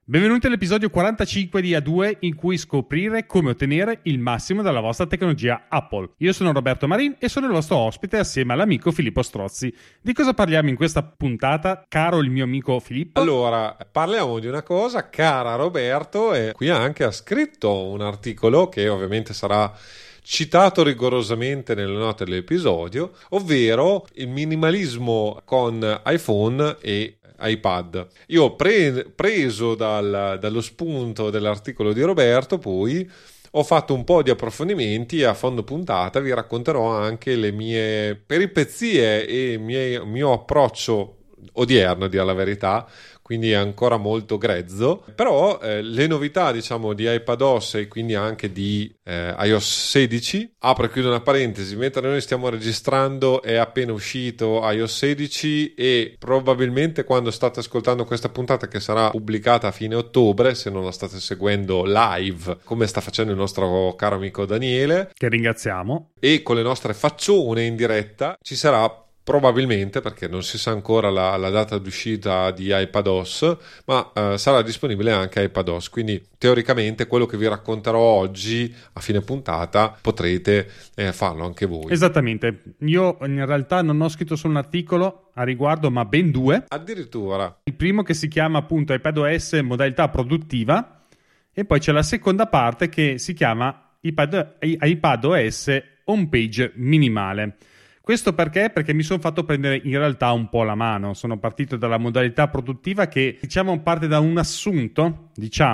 Benvenuti all'episodio 45 di A2 in cui scoprire come ottenere il massimo dalla vostra tecnologia Apple. Io sono Roberto Marin e sono il vostro ospite assieme all'amico Filippo Strozzi. Di cosa parliamo in questa puntata, caro il mio amico Filippo? Allora, parliamo di una cosa, cara Roberto, e qui anche ha scritto un articolo che ovviamente sarà citato rigorosamente nelle note dell'episodio, ovvero il minimalismo con iPhone e iPad. Io ho preso dallo spunto dell'articolo di Roberto, poi ho fatto un po' di approfondimenti e a fondo puntata vi racconterò anche le mie peripezie e il mio approccio odierno, a dire la verità, quindi è ancora molto grezzo, però le novità diciamo di iPadOS e quindi anche di iOS 16, apro e chiudo una parentesi, mentre noi stiamo registrando è appena uscito iOS 16 e probabilmente quando state ascoltando questa puntata, che sarà pubblicata a fine ottobre, se non la state seguendo live come sta facendo il nostro caro amico Daniele, che ringraziamo, e con le nostre faccione in diretta, ci sarà probabilmente, perché non si sa ancora la data d'uscita di iPadOS, ma sarà disponibile anche iPadOS, quindi teoricamente quello che vi racconterò oggi a fine puntata potrete farlo anche voi. Esattamente, io in realtà non ho scritto solo un articolo a riguardo, ma ben due. Addirittura. Il primo che si chiama appunto iPadOS modalità produttiva e poi c'è la seconda parte che si chiama iPadOS homepage minimale. Questo perché? Perché mi sono fatto prendere in realtà un po' la mano. Sono partito dalla modalità produttiva che parte da un assunto,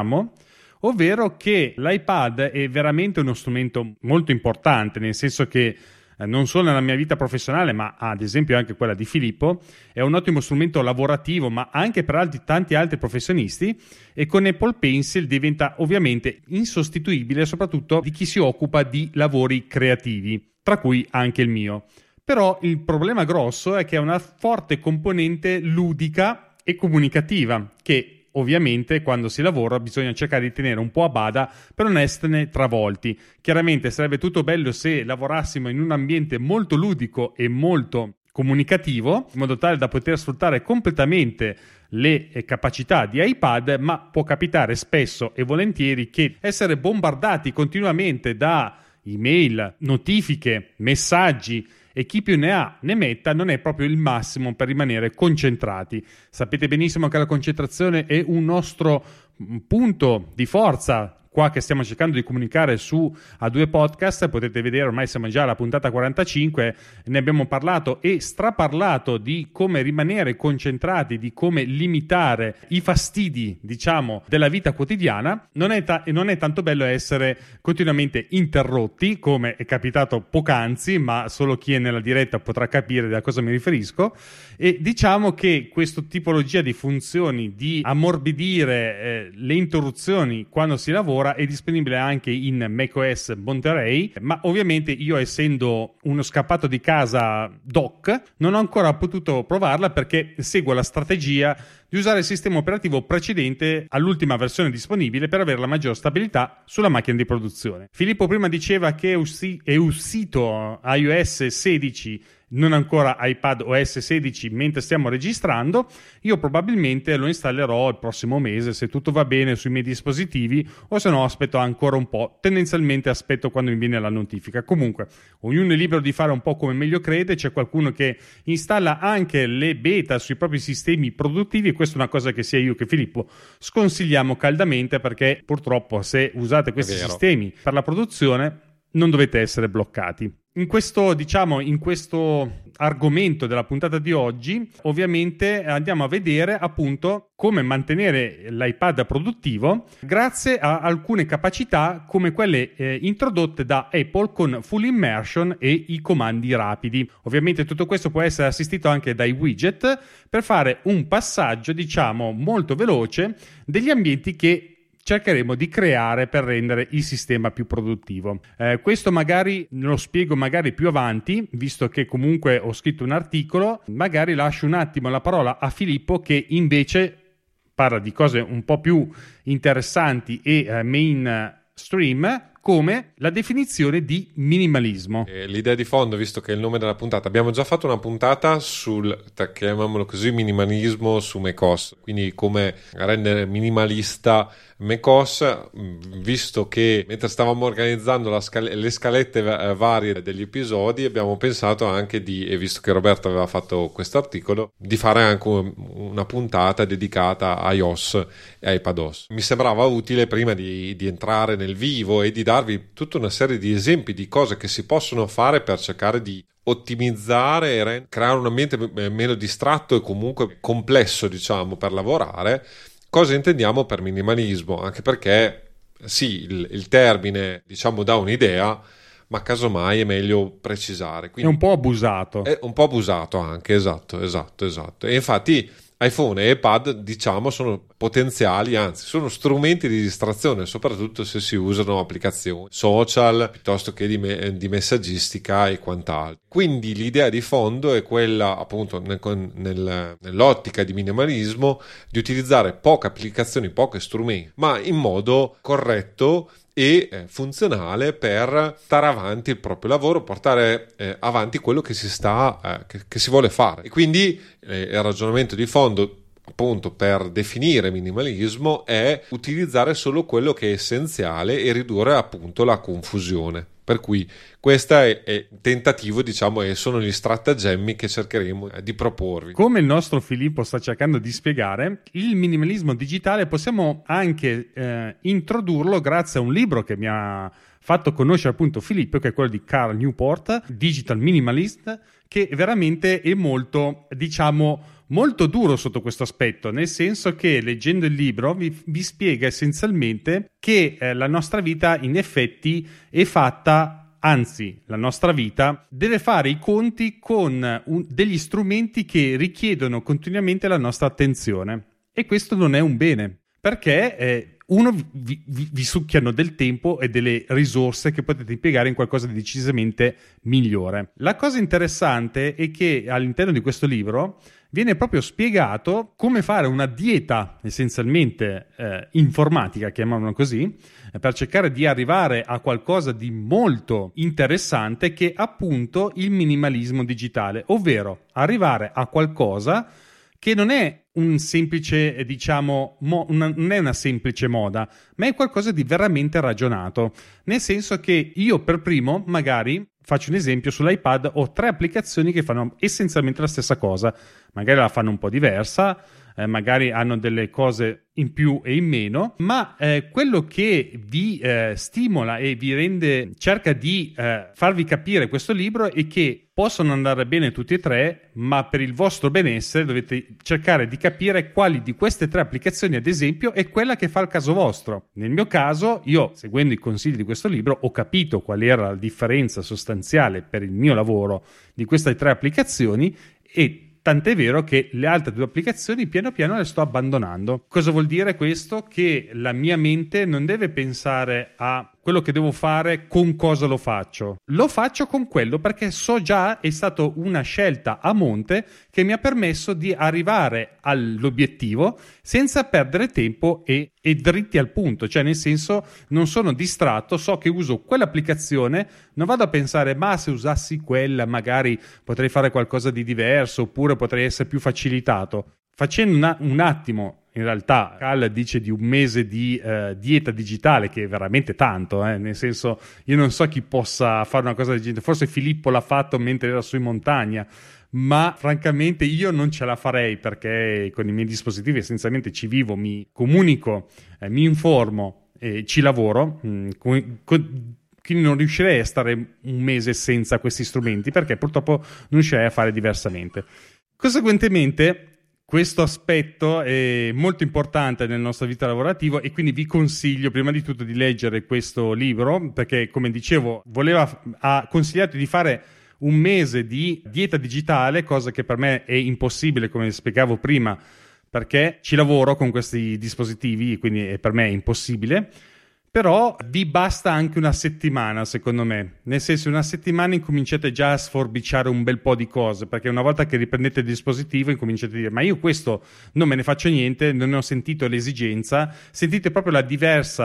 ovvero che l'iPad è veramente uno strumento molto importante, nel senso che non solo nella mia vita professionale, ma ad esempio anche quella di Filippo, è un ottimo strumento lavorativo, ma anche per tanti altri professionisti, e con Apple Pencil diventa ovviamente insostituibile, soprattutto di chi si occupa di lavori creativi, tra cui anche il mio. Però il problema grosso è che ha una forte componente ludica e comunicativa, che ovviamente quando si lavora bisogna cercare di tenere un po' a bada per non esserne travolti. Chiaramente sarebbe tutto bello se lavorassimo in un ambiente molto ludico e molto comunicativo, in modo tale da poter sfruttare completamente le capacità di iPad, ma può capitare spesso e volentieri che essere bombardati continuamente da email, notifiche, messaggi e chi più ne ha ne metta non è proprio il massimo per rimanere concentrati. Sapete benissimo che la concentrazione è un nostro punto di forza qua che stiamo cercando di comunicare su A2 Podcast. Potete vedere, ormai siamo già alla puntata 45, ne abbiamo parlato e straparlato di come rimanere concentrati, di come limitare i fastidi, della vita quotidiana. Non è tanto bello essere continuamente interrotti, come è capitato poc'anzi, ma solo chi è nella diretta potrà capire da cosa mi riferisco. E diciamo che questa tipologia di funzioni di ammorbidire le interruzioni quando si lavora è disponibile anche in macOS Monterey, ma ovviamente io, essendo uno scappato di casa doc, non ho ancora potuto provarla perché seguo la strategia di usare il sistema operativo precedente all'ultima versione disponibile per avere la maggior stabilità sulla macchina di produzione. Filippo prima diceva che è uscito iOS 16, non ancora iPadOS 16 mentre stiamo registrando. Io probabilmente lo installerò il prossimo mese se tutto va bene sui miei dispositivi, o se no aspetto ancora un po'. Tendenzialmente aspetto quando mi viene la notifica. Comunque ognuno è libero di fare un po' come meglio crede. C'è qualcuno che installa anche le beta sui propri sistemi produttivi e questa è una cosa che sia io che Filippo sconsigliamo caldamente, perché purtroppo se usate questi sistemi per la produzione non dovete essere bloccati. In questo argomento della puntata di oggi, ovviamente andiamo a vedere appunto come mantenere l'iPad produttivo grazie a alcune capacità come quelle introdotte da Apple con Full Immersion e i comandi rapidi. Ovviamente tutto questo può essere assistito anche dai widget per fare un passaggio, molto veloce degli ambienti che cercheremo di creare per rendere il sistema più produttivo. Questo magari lo spiego più avanti, visto che comunque ho scritto un articolo. Magari lascio un attimo la parola a Filippo, che invece parla di cose un po' più interessanti e mainstream, come la definizione di minimalismo. L'idea di fondo, visto che è il nome della puntata, abbiamo già fatto una puntata sul, chiamiamolo così, minimalismo su macOS, quindi come rendere minimalista macOS, visto che mentre stavamo organizzando le scalette varie degli episodi abbiamo pensato anche e visto che Roberto aveva fatto questo articolo, di fare anche una puntata dedicata a iOS e iPadOS. Mi sembrava utile prima di entrare nel vivo e di darvi tutta una serie di esempi di cose che si possono fare per cercare di ottimizzare e creare un ambiente meno distratto e comunque complesso, diciamo, per lavorare. Cosa intendiamo per minimalismo? Anche perché sì, il termine, diciamo, dà un'idea, ma casomai è meglio precisare. Quindi è un po' abusato. È un po' abusato anche, esatto. E infatti iPhone e iPad, diciamo, sono potenziali, anzi sono strumenti di distrazione, soprattutto se si usano applicazioni social piuttosto che di messaggistica e quant'altro. Quindi l'idea di fondo è quella, appunto, nell'ottica di minimalismo, di utilizzare poche applicazioni, pochi strumenti, ma in modo corretto e funzionale per stare avanti il proprio lavoro, portare avanti quello che che si vuole fare. E quindi il ragionamento di fondo, appunto, per definire minimalismo è utilizzare solo quello che è essenziale e ridurre appunto la confusione. Per cui questo è il tentativo, diciamo, e sono gli stratagemmi che cercheremo di proporvi. Come il nostro Filippo sta cercando di spiegare, il minimalismo digitale possiamo anche introdurlo grazie a un libro che mi ha fatto conoscere appunto Filippo, che è quello di Cal Newport, Digital Minimalist, che veramente è molto, diciamo, molto duro sotto questo aspetto, nel senso che leggendo il libro vi spiega essenzialmente che la nostra vita in effetti è fatta, anzi la nostra vita deve fare i conti con degli strumenti che richiedono continuamente la nostra attenzione, e questo non è un bene, perché vi succhiano del tempo e delle risorse che potete impiegare in qualcosa di decisamente migliore. La cosa interessante è che all'interno di questo libro viene proprio spiegato come fare una dieta essenzialmente informatica, chiamiamola così, per cercare di arrivare a qualcosa di molto interessante, che è appunto il minimalismo digitale, ovvero arrivare a qualcosa che non è un semplice, diciamo, non è una semplice moda, ma è qualcosa di veramente ragionato, nel senso che io per primo, magari, faccio un esempio, sull'iPad ho 3 applicazioni che fanno essenzialmente la stessa cosa, magari la fanno un po' diversa, magari hanno delle cose in più e in meno, ma quello che vi stimola e vi cerca di farvi capire questo libro è che possono andare bene tutti e 3, ma per il vostro benessere dovete cercare di capire quali di queste 3 applicazioni, ad esempio, è quella che fa il caso vostro. Nel mio caso, io, seguendo i consigli di questo libro, ho capito qual era la differenza sostanziale per il mio lavoro di queste 3 applicazioni, e tant'è vero che le altre 2 applicazioni piano piano le sto abbandonando. Cosa vuol dire questo? Che la mia mente non deve pensare a quello che devo fare, con cosa lo faccio. Lo faccio con quello perché so già, è stata una scelta a monte che mi ha permesso di arrivare all'obiettivo senza perdere tempo e dritti al punto. Cioè, nel senso, non sono distratto, so che uso quell'applicazione, non vado a pensare, ma se usassi quella magari potrei fare qualcosa di diverso, oppure potrei essere più facilitato. Facendo un attimo, in realtà Cal dice di un mese di dieta digitale, che è veramente tanto, nel senso, io non so chi possa fare una cosa del genere, forse Filippo l'ha fatto mentre era su in montagna, ma francamente io non ce la farei, perché con i miei dispositivi essenzialmente ci vivo, mi comunico, mi informo, ci lavoro, quindi non riuscirei a stare un mese senza questi strumenti, perché purtroppo non riuscirei a fare diversamente. Conseguentemente questo aspetto è molto importante nella nostra vita lavorativa, e quindi vi consiglio prima di tutto di leggere questo libro, perché, come dicevo, ha consigliato di fare un mese di dieta digitale, cosa che per me è impossibile, come spiegavo prima, perché ci lavoro con questi dispositivi, quindi per me è impossibile. Però vi basta anche una settimana, secondo me. Nel senso, una settimana incominciate già a sforbiciare un bel po' di cose, perché una volta che riprendete il dispositivo incominciate a dire: ma io questo non me ne faccio niente, non ne ho sentito l'esigenza. Sentite proprio la diversa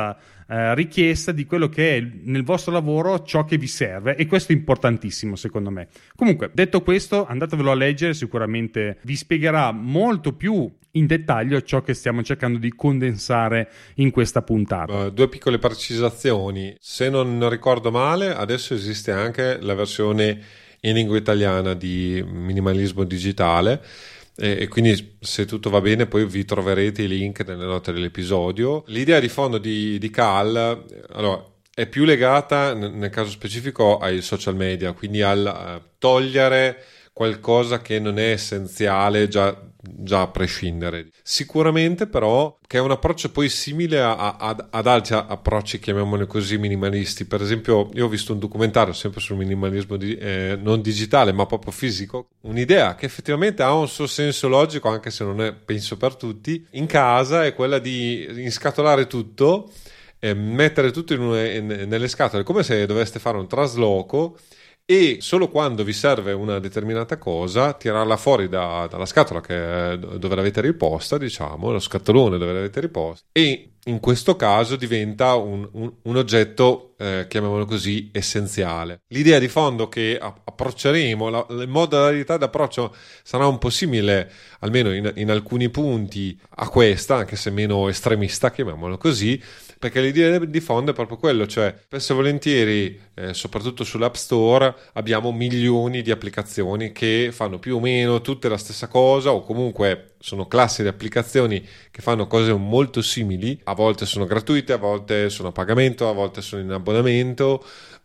richiesta di quello che è nel vostro lavoro ciò che vi serve, e questo è importantissimo secondo me. Comunque, detto questo, andatevelo a leggere, sicuramente vi spiegherà molto più in dettaglio ciò che stiamo cercando di condensare in questa puntata. Due piccole precisazioni: se non ricordo male, adesso esiste anche la versione in lingua italiana di Minimalismo Digitale, e quindi, se tutto va bene, poi vi troverete i link nelle note dell'episodio. L'idea di fondo di Cal, allora, è più legata nel caso specifico ai social media, quindi al togliere qualcosa che non è essenziale già a prescindere. Sicuramente però che è un approccio poi simile ad altri approcci, chiamiamoli così, minimalisti. Per esempio, io ho visto un documentario sempre sul minimalismo non digitale ma proprio fisico, un'idea che effettivamente ha un suo senso logico, anche se non è, penso, per tutti. In casa è quella di inscatolare tutto, mettere tutto nelle scatole, come se doveste fare un trasloco, e solo quando vi serve una determinata cosa tirarla fuori dalla scatola dove l'avete riposta, diciamo, lo scatolone dove l'avete riposta, e in questo caso diventa un oggetto, chiamiamolo così, essenziale. L'idea di fondo che approcceremo, la modalità d'approccio sarà un po' simile, almeno in alcuni punti, a questa, anche se meno estremista, chiamiamolo così, perché l'idea di fondo è proprio quello, cioè spesso e volentieri, soprattutto sull'App Store, abbiamo milioni di applicazioni che fanno più o meno tutte la stessa cosa, o comunque sono classi di applicazioni che fanno cose molto simili. A volte sono gratuite, a volte sono a pagamento, a volte sono in abbonamento,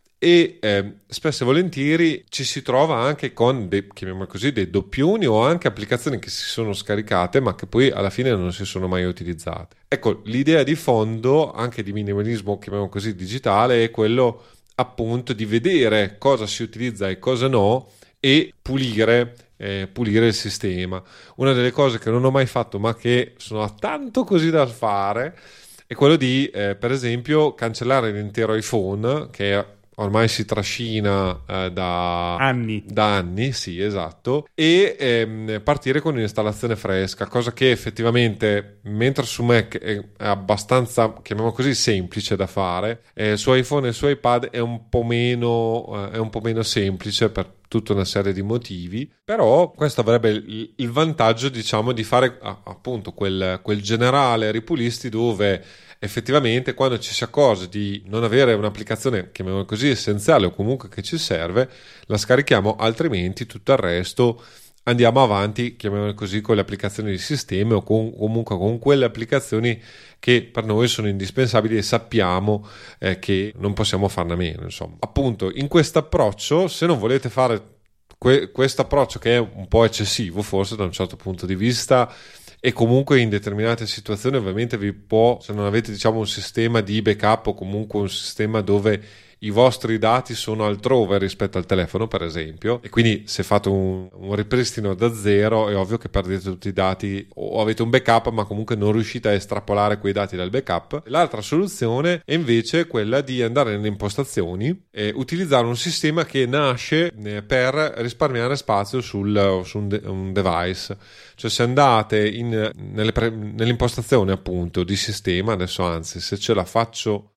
e spesso e volentieri ci si trova anche con chiamiamolo così, dei doppioni, o anche applicazioni che si sono scaricate ma che poi alla fine non si sono mai utilizzate. Ecco, l'idea di fondo anche di minimalismo, chiamiamolo così, digitale, è quello appunto di vedere cosa si utilizza e cosa no, e pulire il sistema. Una delle cose che non ho mai fatto ma che sono tanto così da fare è quello di per esempio cancellare l'intero iPhone, che ormai si trascina da anni, sì, esatto, e partire con un'installazione fresca, cosa che effettivamente, mentre su Mac è abbastanza, chiamiamolo così, semplice da fare, su iPhone e su iPad è un po' meno semplice per tutta una serie di motivi. Però questo avrebbe il vantaggio, diciamo, di fare appunto quel generale ripulisti, dove effettivamente quando ci si accorge di non avere un'applicazione, chiamiamola così, essenziale, o comunque che ci serve, la scarichiamo, altrimenti tutto il resto andiamo avanti, chiamiamole così, con le applicazioni di sistema, o comunque con quelle applicazioni che per noi sono indispensabili e sappiamo che non possiamo farne a meno, insomma. Appunto, in questo approccio, se non volete fare questo approccio, che è un po' eccessivo forse da un certo punto di vista, e comunque in determinate situazioni ovviamente vi può, se non avete, diciamo, un sistema di backup, o comunque un sistema dove i vostri dati sono altrove rispetto al telefono, per esempio, e quindi se fate un ripristino da zero è ovvio che perdete tutti i dati, o avete un backup ma comunque non riuscite a estrapolare quei dati dal backup. L'altra soluzione è invece quella di andare nelle impostazioni e utilizzare un sistema che nasce per risparmiare spazio su un device. Cioè, se andate nelle impostazioni appunto di sistema, adesso anzi, se ce la faccio,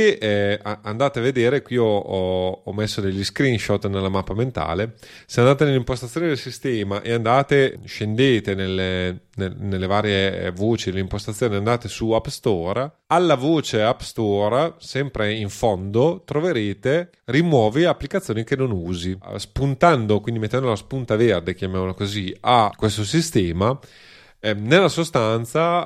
se andate a vedere, qui ho messo degli screenshot nella mappa mentale. Se andate nelle impostazioni del sistema e scendete nelle varie voci dell'impostazione, andate su App Store, alla voce App Store, sempre in fondo, troverete rimuovi applicazioni che non usi. Spuntando, quindi mettendo la spunta verde, chiamiamola così, a questo sistema, nella sostanza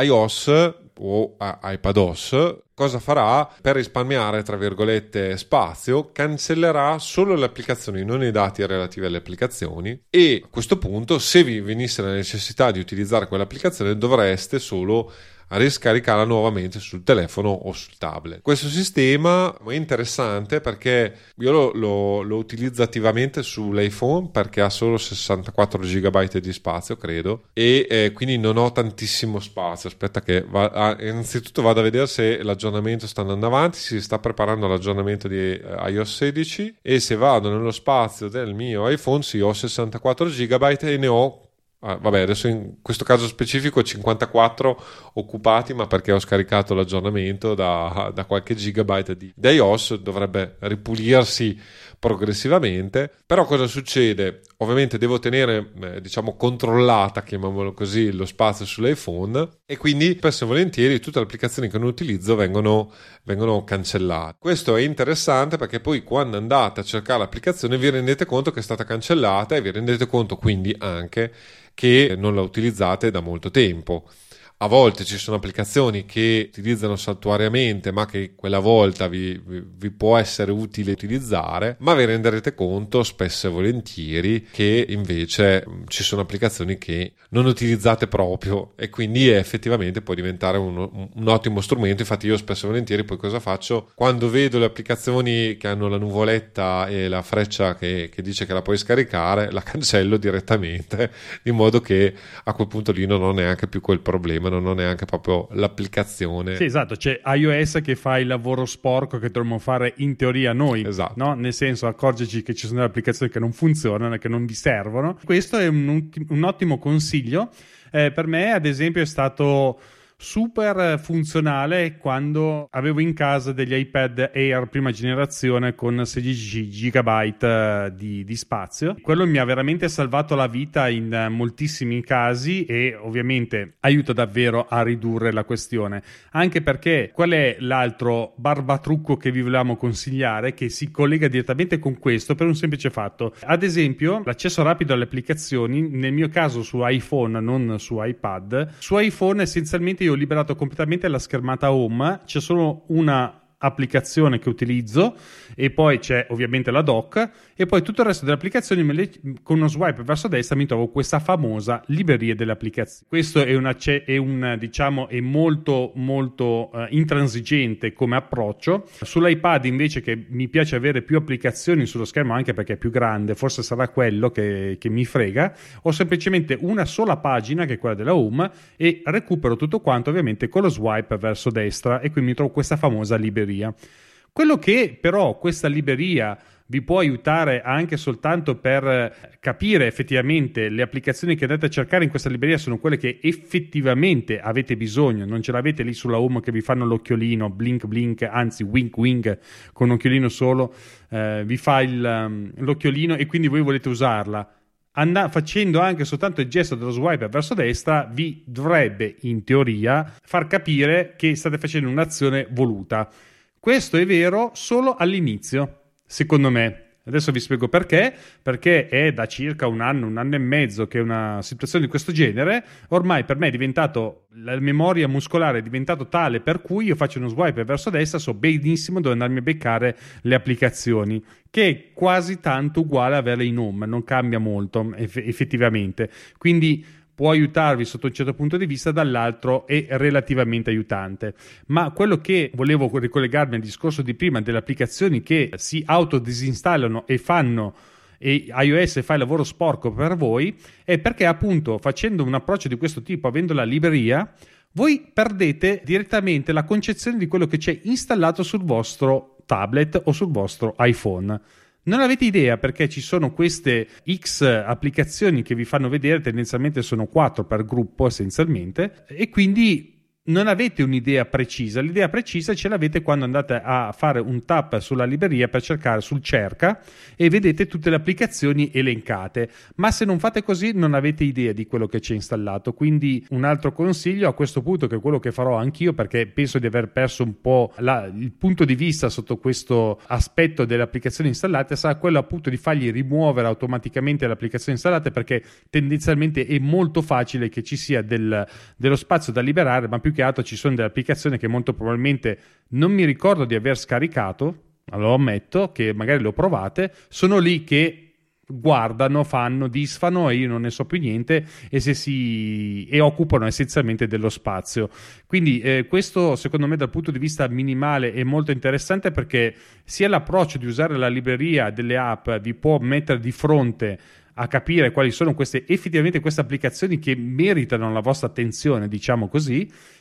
iOS o iPadOS cosa farà? Per risparmiare, tra virgolette, spazio, cancellerà solo le applicazioni, non i dati relativi alle applicazioni, e a questo punto, se vi venisse la necessità di utilizzare quell'applicazione, dovreste solo a riscaricarla nuovamente sul telefono o sul tablet. Questo sistema è interessante perché io lo utilizzo attivamente sull'iPhone, perché ha solo 64 GB di spazio, credo, e quindi non ho tantissimo spazio. Aspetta che innanzitutto vado a vedere se l'aggiornamento sta andando avanti. Si sta preparando l'aggiornamento di iOS 16, e se vado nello spazio del mio iPhone, sì, ho 64 GB e ne ho Vabbè, adesso in questo caso specifico 54 occupati, ma perché ho scaricato l'aggiornamento da qualche gigabyte di iOS, dovrebbe ripulirsi progressivamente. Però cosa succede? Ovviamente devo tenere, diciamo, controllata, chiamiamolo così, lo spazio sull'iPhone, e quindi spesso e volentieri tutte le applicazioni che non utilizzo vengono cancellate. Questo è interessante perché poi quando andate a cercare l'applicazione vi rendete conto che è stata cancellata e vi rendete conto quindi anche che non la utilizzate da molto tempo. A volte ci sono applicazioni che utilizzano saltuariamente, ma che quella volta vi può essere utile utilizzare, ma vi renderete conto spesso e volentieri che invece ci sono applicazioni che non utilizzate proprio, e quindi effettivamente può diventare un ottimo strumento. Infatti io spesso e volentieri poi cosa faccio? Quando vedo le applicazioni che hanno la nuvoletta e la freccia che dice che la puoi scaricare, la cancello direttamente, in modo che a quel punto lì non ho neanche più quel problema, non ho neanche proprio l'applicazione. Sì, esatto, c'è iOS che fa il lavoro sporco che dovremmo fare in teoria noi, Esatto. no? Nel senso, accorgerci che ci sono delle applicazioni che non funzionano e che non vi servono. Questo è un ottimo consiglio. Per me, ad esempio, è stato super funzionale quando avevo in casa degli iPad Air prima generazione con 16 GB di spazio. Quello mi ha veramente salvato la vita in moltissimi casi e ovviamente aiuta davvero a ridurre la questione, anche perché qual è l'altro barbatrucco che vi volevamo consigliare, che si collega direttamente con questo per un semplice fatto. Ad esempio, l'accesso rapido alle applicazioni, nel mio caso su iPhone, non su iPad. Su iPhone essenzialmente io ho liberato completamente la schermata home, c'è solo una applicazione che utilizzo e poi c'è ovviamente la dock, e poi tutto il resto delle applicazioni con uno swipe verso destra mi trovo questa famosa libreria delle applicazioni. Questo è molto molto intransigente come approccio. Sull'iPad invece, che mi piace avere più applicazioni sullo schermo anche perché è più grande, forse sarà quello che mi frega, ho semplicemente una sola pagina che è quella della home e recupero tutto quanto ovviamente con lo swipe verso destra, e quindi mi trovo questa famosa libreria. Quello che però questa libreria vi può aiutare anche soltanto per capire effettivamente le applicazioni che andate a cercare in questa libreria sono quelle che effettivamente avete bisogno, non ce l'avete lì sulla home che vi fanno l'occhiolino, blink blink, anzi wink wink, con un occhiolino solo vi fa l'occhiolino e quindi voi volete usarla. Facendo anche soltanto il gesto dello swipe verso destra vi dovrebbe in teoria far capire che state facendo un'azione voluta. Questo è vero solo all'inizio, secondo me. Adesso vi spiego perché è da circa un anno e mezzo che è una situazione di questo genere. Ormai per me è diventato, la memoria muscolare è diventato tale per cui io faccio uno swipe verso destra, so benissimo dove andarmi a beccare le applicazioni, che è quasi tanto uguale a averle in home, non cambia molto effettivamente. Quindi può aiutarvi sotto un certo punto di vista, dall'altro è relativamente aiutante. Ma quello che volevo ricollegarmi al discorso di prima delle applicazioni che si autodisinstallano e iOS fa il lavoro sporco per voi, è perché appunto facendo un approccio di questo tipo, avendo la libreria, voi perdete direttamente la concezione di quello che c'è installato sul vostro tablet o sul vostro iPhone. Non avete idea, perché ci sono queste X applicazioni che vi fanno vedere, tendenzialmente sono 4 per gruppo essenzialmente, e quindi non avete un'idea precisa. L'idea precisa ce l'avete quando andate a fare un tap sulla libreria per cercare sul cerca e vedete tutte le applicazioni elencate, ma se non fate così non avete idea di quello che c'è installato. Quindi un altro consiglio a questo punto, che è quello che farò anch'io, perché penso di aver perso un po' il punto di vista sotto questo aspetto delle applicazioni installate, sarà quello appunto di fargli rimuovere automaticamente le applicazioni installate, perché tendenzialmente è molto facile che ci sia dello spazio da liberare, ma più che altro ci sono delle applicazioni che molto probabilmente non mi ricordo di aver scaricato, lo ammetto, che magari le ho provate, sono lì che guardano, fanno, disfano e io non ne so più niente e occupano essenzialmente dello spazio. Quindi questo secondo me dal punto di vista minimale è molto interessante, perché sia l'approccio di usare la libreria delle app vi può mettere di fronte a capire quali sono effettivamente queste applicazioni che meritano la vostra attenzione, diciamo così,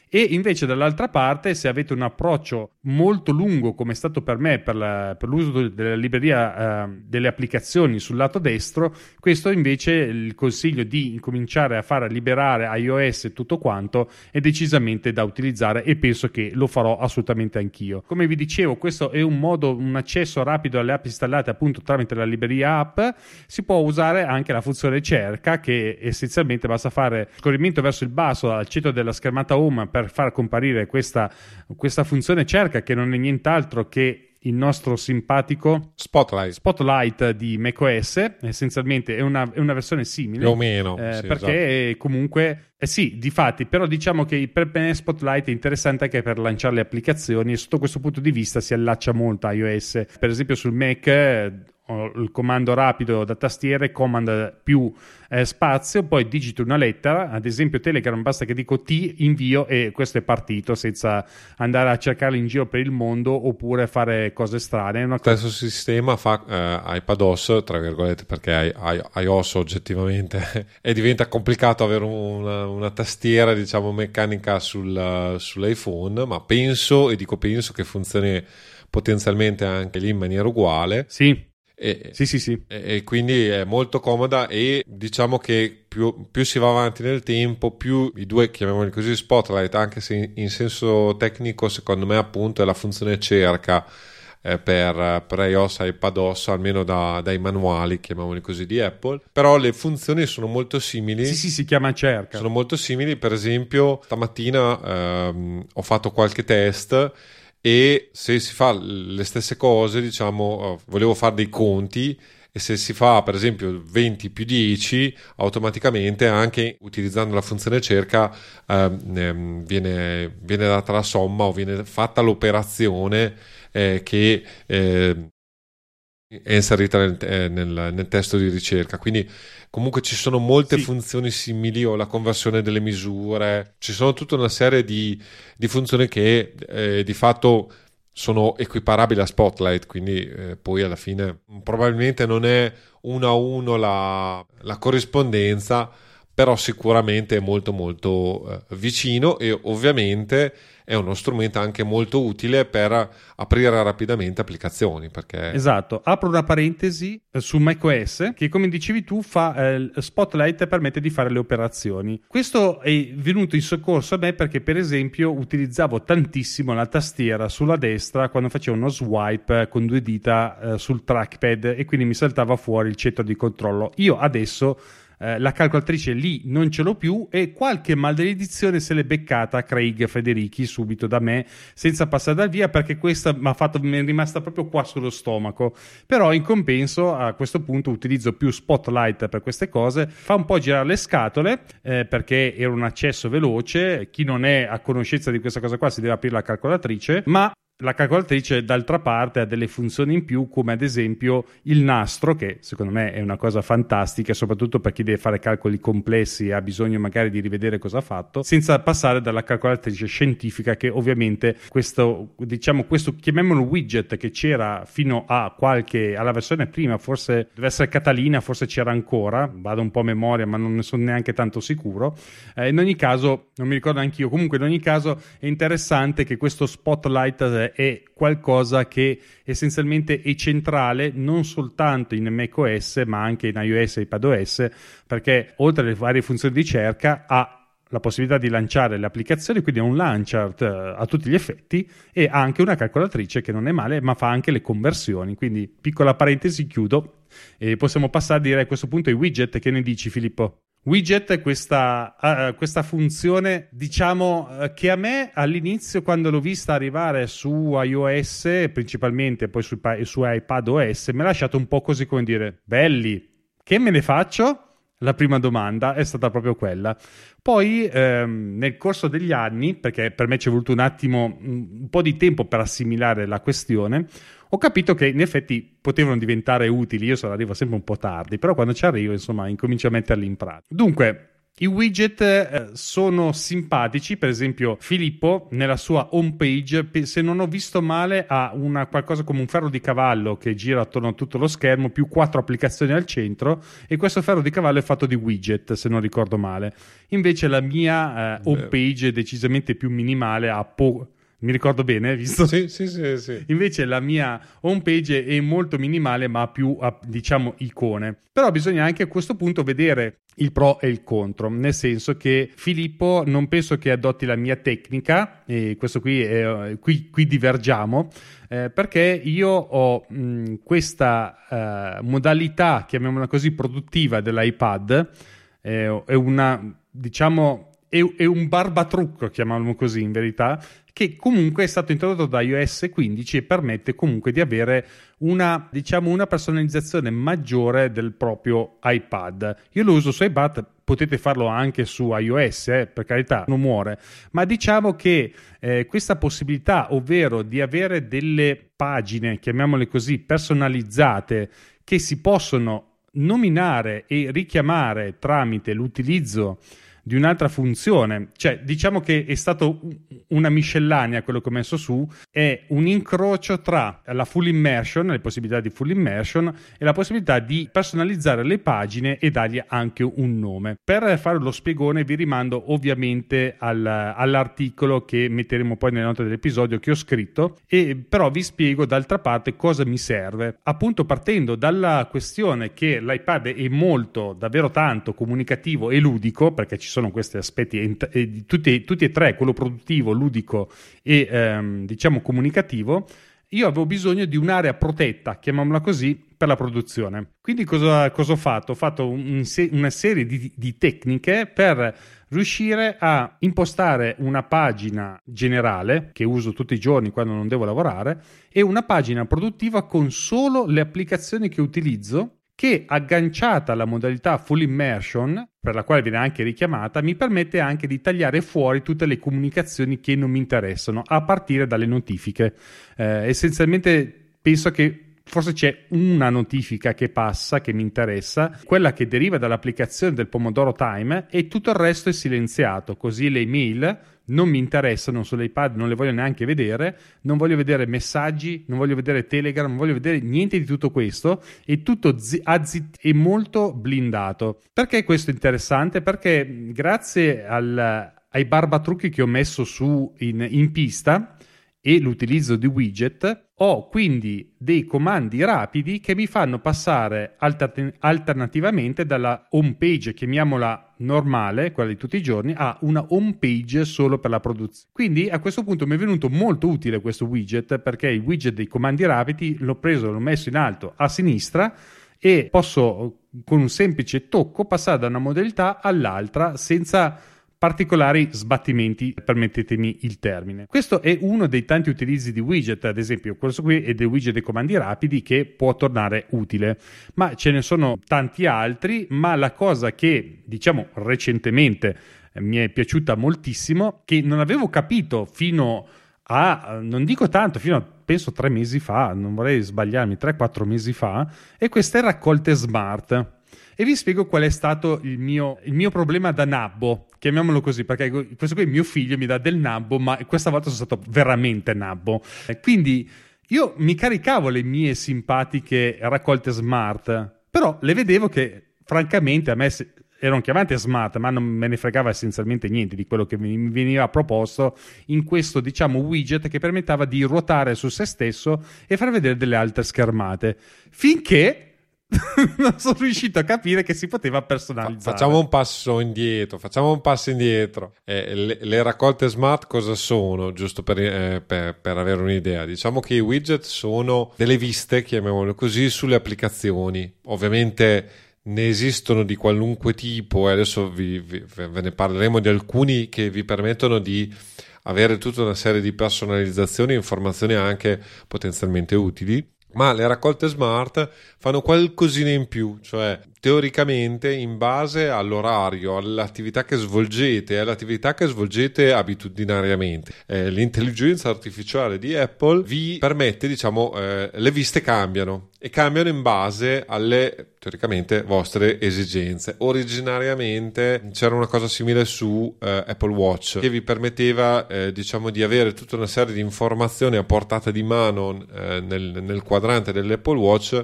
E invece dall'altra parte, se avete un approccio molto lungo come è stato per me per l'uso della libreria delle applicazioni sul lato destro, questo invece il consiglio di incominciare a fare liberare iOS e tutto quanto è decisamente da utilizzare, e penso che lo farò assolutamente anch'io. Come vi dicevo, questo è un accesso rapido alle app installate appunto tramite la libreria app. Si può usare anche la funzione cerca, che essenzialmente basta fare scorrimento verso il basso al centro della schermata home per far comparire questa funzione cerca, che non è nient'altro che il nostro simpatico Spotlight di macOS. Essenzialmente è una versione simile, più o meno, sì, perché esatto. comunque sì, difatti, però diciamo che per me Spotlight è interessante anche per lanciare le applicazioni, e sotto questo punto di vista si allaccia molto a iOS. Per esempio sul Mac ho il comando rapido da tastiere, command più spazio, poi digito una lettera, ad esempio Telegram, basta che dico T, invio, e questo è partito senza andare a cercarlo in giro per il mondo oppure fare cose strane. Lo stesso sistema fa iPadOS, tra virgolette, perché iOS oggettivamente e diventa complicato avere una tastiera, diciamo, meccanica sull'iPhone, ma penso che funzioni potenzialmente anche lì in maniera uguale. Sì. Sì. E quindi è molto comoda, e diciamo che più si va avanti nel tempo, più i due, chiamiamoli così, Spotlight, anche se in senso tecnico secondo me appunto è la funzione cerca per iOS e iPadOS, almeno dai manuali, chiamiamoli così, di Apple. Però le funzioni sono molto simili. Sì, si chiama cerca. Sono molto simili. Per esempio stamattina ho fatto qualche test, e se si fa le stesse cose, diciamo, volevo fare dei conti, e se si fa per esempio 20 più 10, automaticamente, anche utilizzando la funzione cerca, viene data la somma, o viene fatta l'operazione che è inserita nel testo di ricerca. Quindi comunque ci sono molte funzioni simili, o la conversione delle misure, ci sono tutta una serie di funzioni che di fatto sono equiparabili a Spotlight, quindi poi alla fine probabilmente non è uno a uno la corrispondenza, però sicuramente è molto molto vicino, e ovviamente è uno strumento anche molto utile per aprire rapidamente applicazioni, perché... Esatto. Apro una parentesi su macOS, che come dicevi tu fa Spotlight, permette di fare le operazioni. Questo è venuto in soccorso a me perché per esempio utilizzavo tantissimo la tastiera sulla destra quando facevo uno swipe con 2 dita sul trackpad, e quindi mi saltava fuori il centro di controllo. Io adesso la calcolatrice lì non ce l'ho più, e qualche maledizione se l'è beccata Craig Federichi subito da me, senza passare dal via, perché questa mi è rimasta proprio qua sullo stomaco. Però in compenso a questo punto utilizzo più Spotlight per queste cose. Fa un po' girare le scatole perché era un accesso veloce. Chi non è a conoscenza di questa cosa qua si deve aprire la calcolatrice, ma la calcolatrice d'altra parte ha delle funzioni in più, come ad esempio il nastro, che secondo me è una cosa fantastica, soprattutto per chi deve fare calcoli complessi e ha bisogno magari di rivedere cosa ha fatto, senza passare dalla calcolatrice scientifica, che ovviamente questo chiamiamolo widget, che c'era fino alla versione prima, forse deve essere Catalina, forse c'era ancora, vado un po' a memoria ma non ne sono neanche tanto sicuro, in ogni caso non mi ricordo anch'io. Comunque in ogni caso è interessante che questo Spotlight è qualcosa che essenzialmente è centrale non soltanto in macOS ma anche in iOS e iPadOS, perché oltre alle varie funzioni di ricerca ha la possibilità di lanciare le applicazioni, quindi è un launcher a tutti gli effetti, e ha anche una calcolatrice che non è male, ma fa anche le conversioni. Quindi piccola parentesi, chiudo, e possiamo passare, direi, a questo punto ai widget. Che ne dici, Filippo? Widget è questa funzione, diciamo, che a me all'inizio, quando l'ho vista arrivare su iOS principalmente, poi su iPadOS, mi ha lasciato un po' così, come dire, belli, che me ne faccio? La prima domanda è stata proprio quella. Poi nel corso degli anni, perché per me ci è voluto un po' di tempo per assimilare la questione, ho capito che in effetti potevano diventare utili. Io arrivo sempre un po' tardi, però quando ci arrivo, insomma, incomincio a metterli in pratica. Dunque, I widget sono simpatici. Per esempio Filippo nella sua home page, se non ho visto male, ha qualcosa come un ferro di cavallo che gira attorno a tutto lo schermo, più 4 applicazioni al centro, e questo ferro di cavallo è fatto di widget, se non ricordo male. Invece la mia home page è decisamente più minimale, mi ricordo bene, visto? Sì. Invece la mia homepage è molto minimale, ma ha più, diciamo, icone. Però bisogna anche a questo punto vedere il pro e il contro, nel senso che Filippo non penso che adotti la mia tecnica, e questo qui divergiamo, perché io ho questa modalità, chiamiamola così, produttiva dell'iPad. È una, diciamo, è un barbatrucco, chiamiamolo così, in verità, che comunque è stato introdotto da iOS 15 e permette comunque di avere una personalizzazione maggiore del proprio iPad. Io lo uso su iPad, potete farlo anche su iOS, per carità, non muore, ma diciamo che questa possibilità, ovvero di avere delle pagine, chiamiamole così, personalizzate, che si possono nominare e richiamare tramite l'utilizzo di un'altra funzione, cioè diciamo che è stato una miscellanea quello che ho messo su, è un incrocio tra la full immersion, le possibilità di full immersion e la possibilità di personalizzare le pagine e dargli anche un nome. Per fare lo spiegone vi rimando ovviamente all'articolo che metteremo poi nelle note dell'episodio che ho scritto, e però vi spiego d'altra parte cosa mi serve, appunto partendo dalla questione che l'iPad è molto, davvero tanto comunicativo e ludico, perché ci sono questi aspetti tutti e tre, quello produttivo, ludico e diciamo comunicativo. Io avevo bisogno di un'area protetta, chiamiamola così, per la produzione. Quindi cosa ho fatto? Ho fatto una serie di tecniche per riuscire a impostare una pagina generale che uso tutti i giorni quando non devo lavorare e una pagina produttiva con solo le applicazioni che utilizzo, che agganciata alla modalità full immersion, per la quale viene anche richiamata, mi permette anche di tagliare fuori tutte le comunicazioni che non mi interessano, a partire dalle notifiche. Essenzialmente penso che forse c'è una notifica che passa, che mi interessa, quella che deriva dall'applicazione del Pomodoro Time, e tutto il resto è silenziato, così le email non mi interessano sull'iPad, non le voglio neanche vedere, non voglio vedere messaggi, non voglio vedere Telegram, non voglio vedere niente di tutto questo, è tutto è molto blindato. Perché questo è interessante? Perché grazie ai barbatrucchi che ho messo su in pista e l'utilizzo di widget, ho quindi dei comandi rapidi che mi fanno passare alternativamente dalla home page, chiamiamola normale, quella di tutti i giorni, a una home page solo per la produzione. Quindi a questo punto mi è venuto molto utile questo widget, perché il widget dei comandi rapidi l'ho preso, l'ho messo in alto a sinistra e posso con un semplice tocco passare da una modalità all'altra senza particolari sbattimenti, permettetemi il termine. Questo è uno dei tanti utilizzi di widget, ad esempio questo qui è del widget dei comandi rapidi, che può tornare utile, ma ce ne sono tanti altri. Ma la cosa che diciamo recentemente mi è piaciuta moltissimo, che non avevo capito fino a, non dico tanto, fino a penso 3 mesi fa, non vorrei sbagliarmi, 3-4 mesi fa, e queste raccolte smart. E vi spiego qual è stato il mio problema da nabbo, chiamiamolo così, perché questo qui mio figlio mi dà del nabbo, ma questa volta sono stato veramente nabbo. Quindi io mi caricavo le mie simpatiche raccolte smart, però le vedevo che francamente a me erano chiamate smart, ma non me ne fregava essenzialmente niente di quello che mi veniva proposto in questo, diciamo, widget che permetteva di ruotare su se stesso e far vedere delle altre schermate, finché non sono riuscito a capire che si poteva personalizzare. Facciamo un passo indietro. Le raccolte smart cosa sono? Giusto per avere un'idea. Diciamo che i widget sono delle viste, chiamiamole così, sulle applicazioni. Ovviamente ne esistono di qualunque tipo e adesso ve ne parleremo di alcuni che vi permettono di avere tutta una serie di personalizzazioni e informazioni anche potenzialmente utili. Ma le raccolte smart fanno qualcosina in più, cioè teoricamente in base all'orario, all'attività che svolgete e all'attività che svolgete abitudinariamente. L'intelligenza artificiale di Apple vi permette, diciamo, le viste cambiano e cambiano in base alle teoricamente vostre esigenze. Originariamente c'era una cosa simile su Apple Watch che vi permetteva diciamo di avere tutta una serie di informazioni a portata di mano nel quadrante dell'Apple Watch,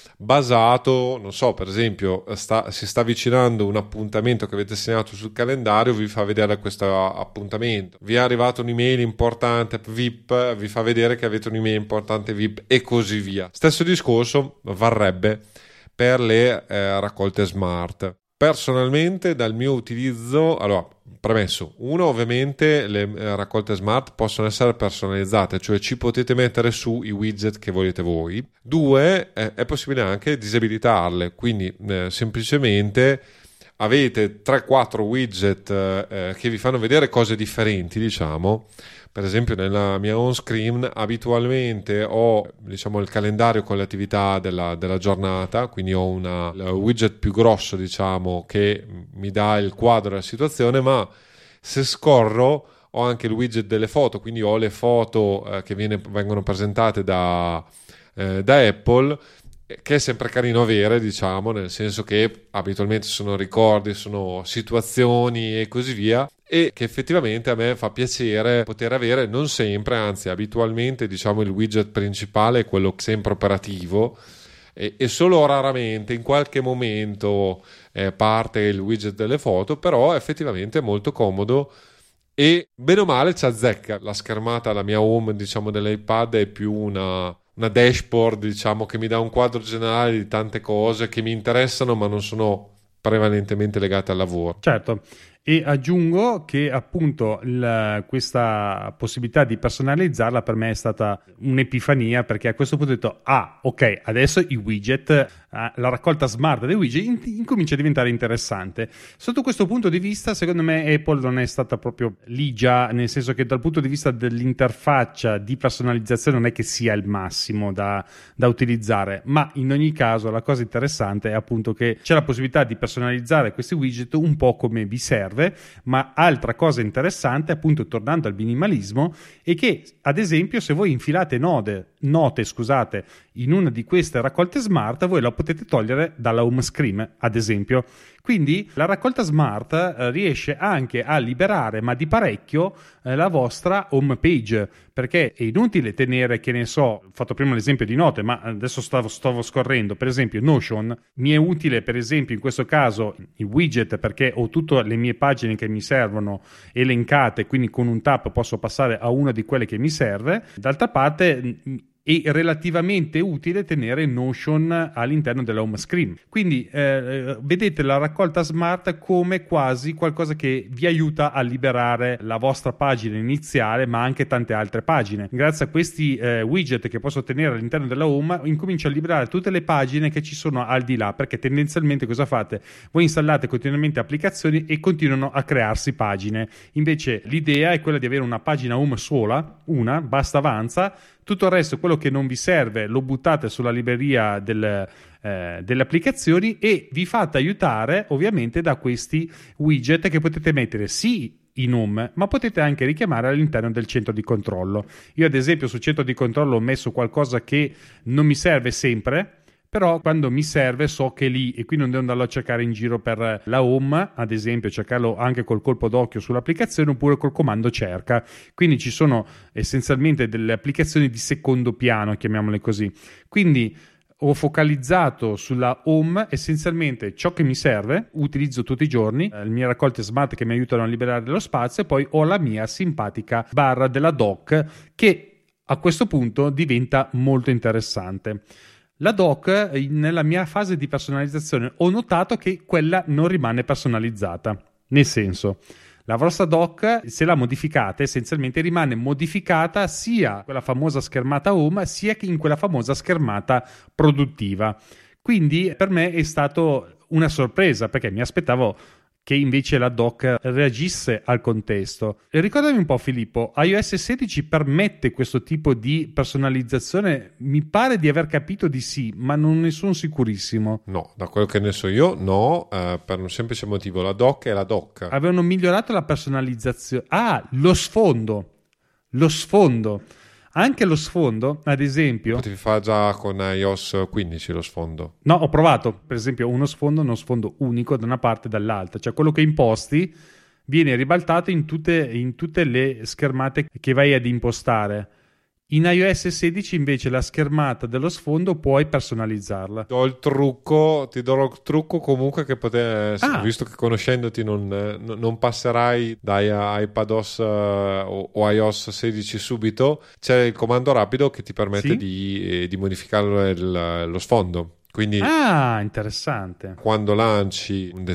basato, non so, per esempio si sta avvicinando un appuntamento che avete segnato sul calendario, vi fa vedere questo appuntamento, vi è arrivata un'email importante VIP, vi fa vedere che avete un'email importante VIP e così via. Stesso discorso varrebbe per le raccolte smart. Personalmente, dal mio utilizzo, allora, premesso, uno, ovviamente le raccolte smart possono essere personalizzate, cioè ci potete mettere su i widget che volete voi. Due, è possibile anche disabilitarle, quindi semplicemente avete 3-4 widget che vi fanno vedere cose differenti, diciamo. Per esempio nella mia home screen abitualmente ho, diciamo, il calendario con le attività della giornata, quindi ho il widget più grosso, diciamo, che mi dà il quadro della situazione, ma se scorro ho anche il widget delle foto, quindi ho le foto che vengono presentate da Apple, che è sempre carino avere, diciamo, nel senso che abitualmente sono ricordi, sono situazioni e così via, e che effettivamente a me fa piacere poter avere, non sempre, anzi abitualmente, diciamo, il widget principale è quello sempre operativo, e solo raramente, in qualche momento, parte il widget delle foto, però effettivamente è molto comodo e bene o male ci azzecca. La schermata, la mia home, diciamo, dell'iPad è più una dashboard, diciamo, che mi dà un quadro generale di tante cose che mi interessano ma non sono prevalentemente legate al lavoro. Certo, e aggiungo che appunto questa possibilità di personalizzarla per me è stata un'epifania, perché a questo punto ho detto ok, adesso i widget, la raccolta smart dei widget incomincia a diventare interessante. Sotto questo punto di vista, secondo me Apple non è stata proprio ligia, nel senso che dal punto di vista dell'interfaccia di personalizzazione non è che sia il massimo da utilizzare, ma in ogni caso la cosa interessante è appunto che c'è la possibilità di personalizzare questi widget un po' come vi serve. Ma altra cosa interessante, appunto, tornando al minimalismo, è che ad esempio se voi infilate note in una di queste raccolte smart, voi la potete togliere dalla home screen, ad esempio. Quindi la raccolta smart riesce anche a liberare, ma di parecchio, la vostra home page, perché è inutile tenere, che ne so, ho fatto prima l'esempio di note, ma adesso stavo scorrendo, per esempio Notion, mi è utile per esempio in questo caso il widget, perché ho tutte le mie pagine che mi servono elencate, quindi con un tap posso passare a una di quelle che mi serve. D'altra parte è relativamente utile tenere Notion all'interno della home screen. Quindi vedete la raccolta smart come quasi qualcosa che vi aiuta a liberare la vostra pagina iniziale, ma anche tante altre pagine. Grazie a questi widget che posso tenere all'interno della home, incomincio a liberare tutte le pagine che ci sono al di là, perché tendenzialmente cosa fate? Voi installate continuamente applicazioni e continuano a crearsi pagine. Invece l'idea è quella di avere una pagina home sola, basta, avanza. Tutto il resto, quello che non vi serve, lo buttate sulla libreria delle applicazioni e vi fate aiutare ovviamente da questi widget che potete mettere sì in home, ma potete anche richiamare all'interno del centro di controllo. Io ad esempio sul centro di controllo ho messo qualcosa che non mi serve sempre, però quando mi serve so che è lì e quindi non devo andarlo a cercare in giro per la home, ad esempio cercarlo anche col colpo d'occhio sull'applicazione oppure col comando cerca. Quindi ci sono essenzialmente delle applicazioni di secondo piano, chiamiamole così. Quindi ho focalizzato sulla home essenzialmente ciò che mi serve, utilizzo tutti i giorni, le mie raccolte smart che mi aiutano a liberare dello spazio, e poi ho la mia simpatica barra della dock che a questo punto diventa molto interessante. La dock, nella mia fase di personalizzazione, ho notato che quella non rimane personalizzata. Nel senso, la vostra dock, se la modificate, essenzialmente rimane modificata sia quella famosa schermata home, sia che in quella famosa schermata produttiva. Quindi per me è stato una sorpresa, perché mi aspettavo che invece la dock reagisse al contesto. E ricordami un po', Filippo, iOS 16 permette questo tipo di personalizzazione? Mi pare di aver capito di sì, ma non ne sono sicurissimo. No, da quello che ne so io, no, per un semplice motivo, la dock è la dock. Avevano migliorato la personalizzazione. Ah, lo sfondo. Anche lo sfondo, ad esempio... Potevi fare già con iOS 15 lo sfondo. No, ho provato, per esempio, uno sfondo unico da una parte e dall'altra. Cioè quello che imposti viene ribaltato in tutte le schermate che vai ad impostare. In iOS 16 invece la schermata dello sfondo puoi personalizzarla. Ti darò il trucco comunque che visto che conoscendoti non passerai da iPadOS o iOS 16 subito, c'è il comando rapido che ti permette di modificare lo sfondo. Quindi interessante. Quando lanci una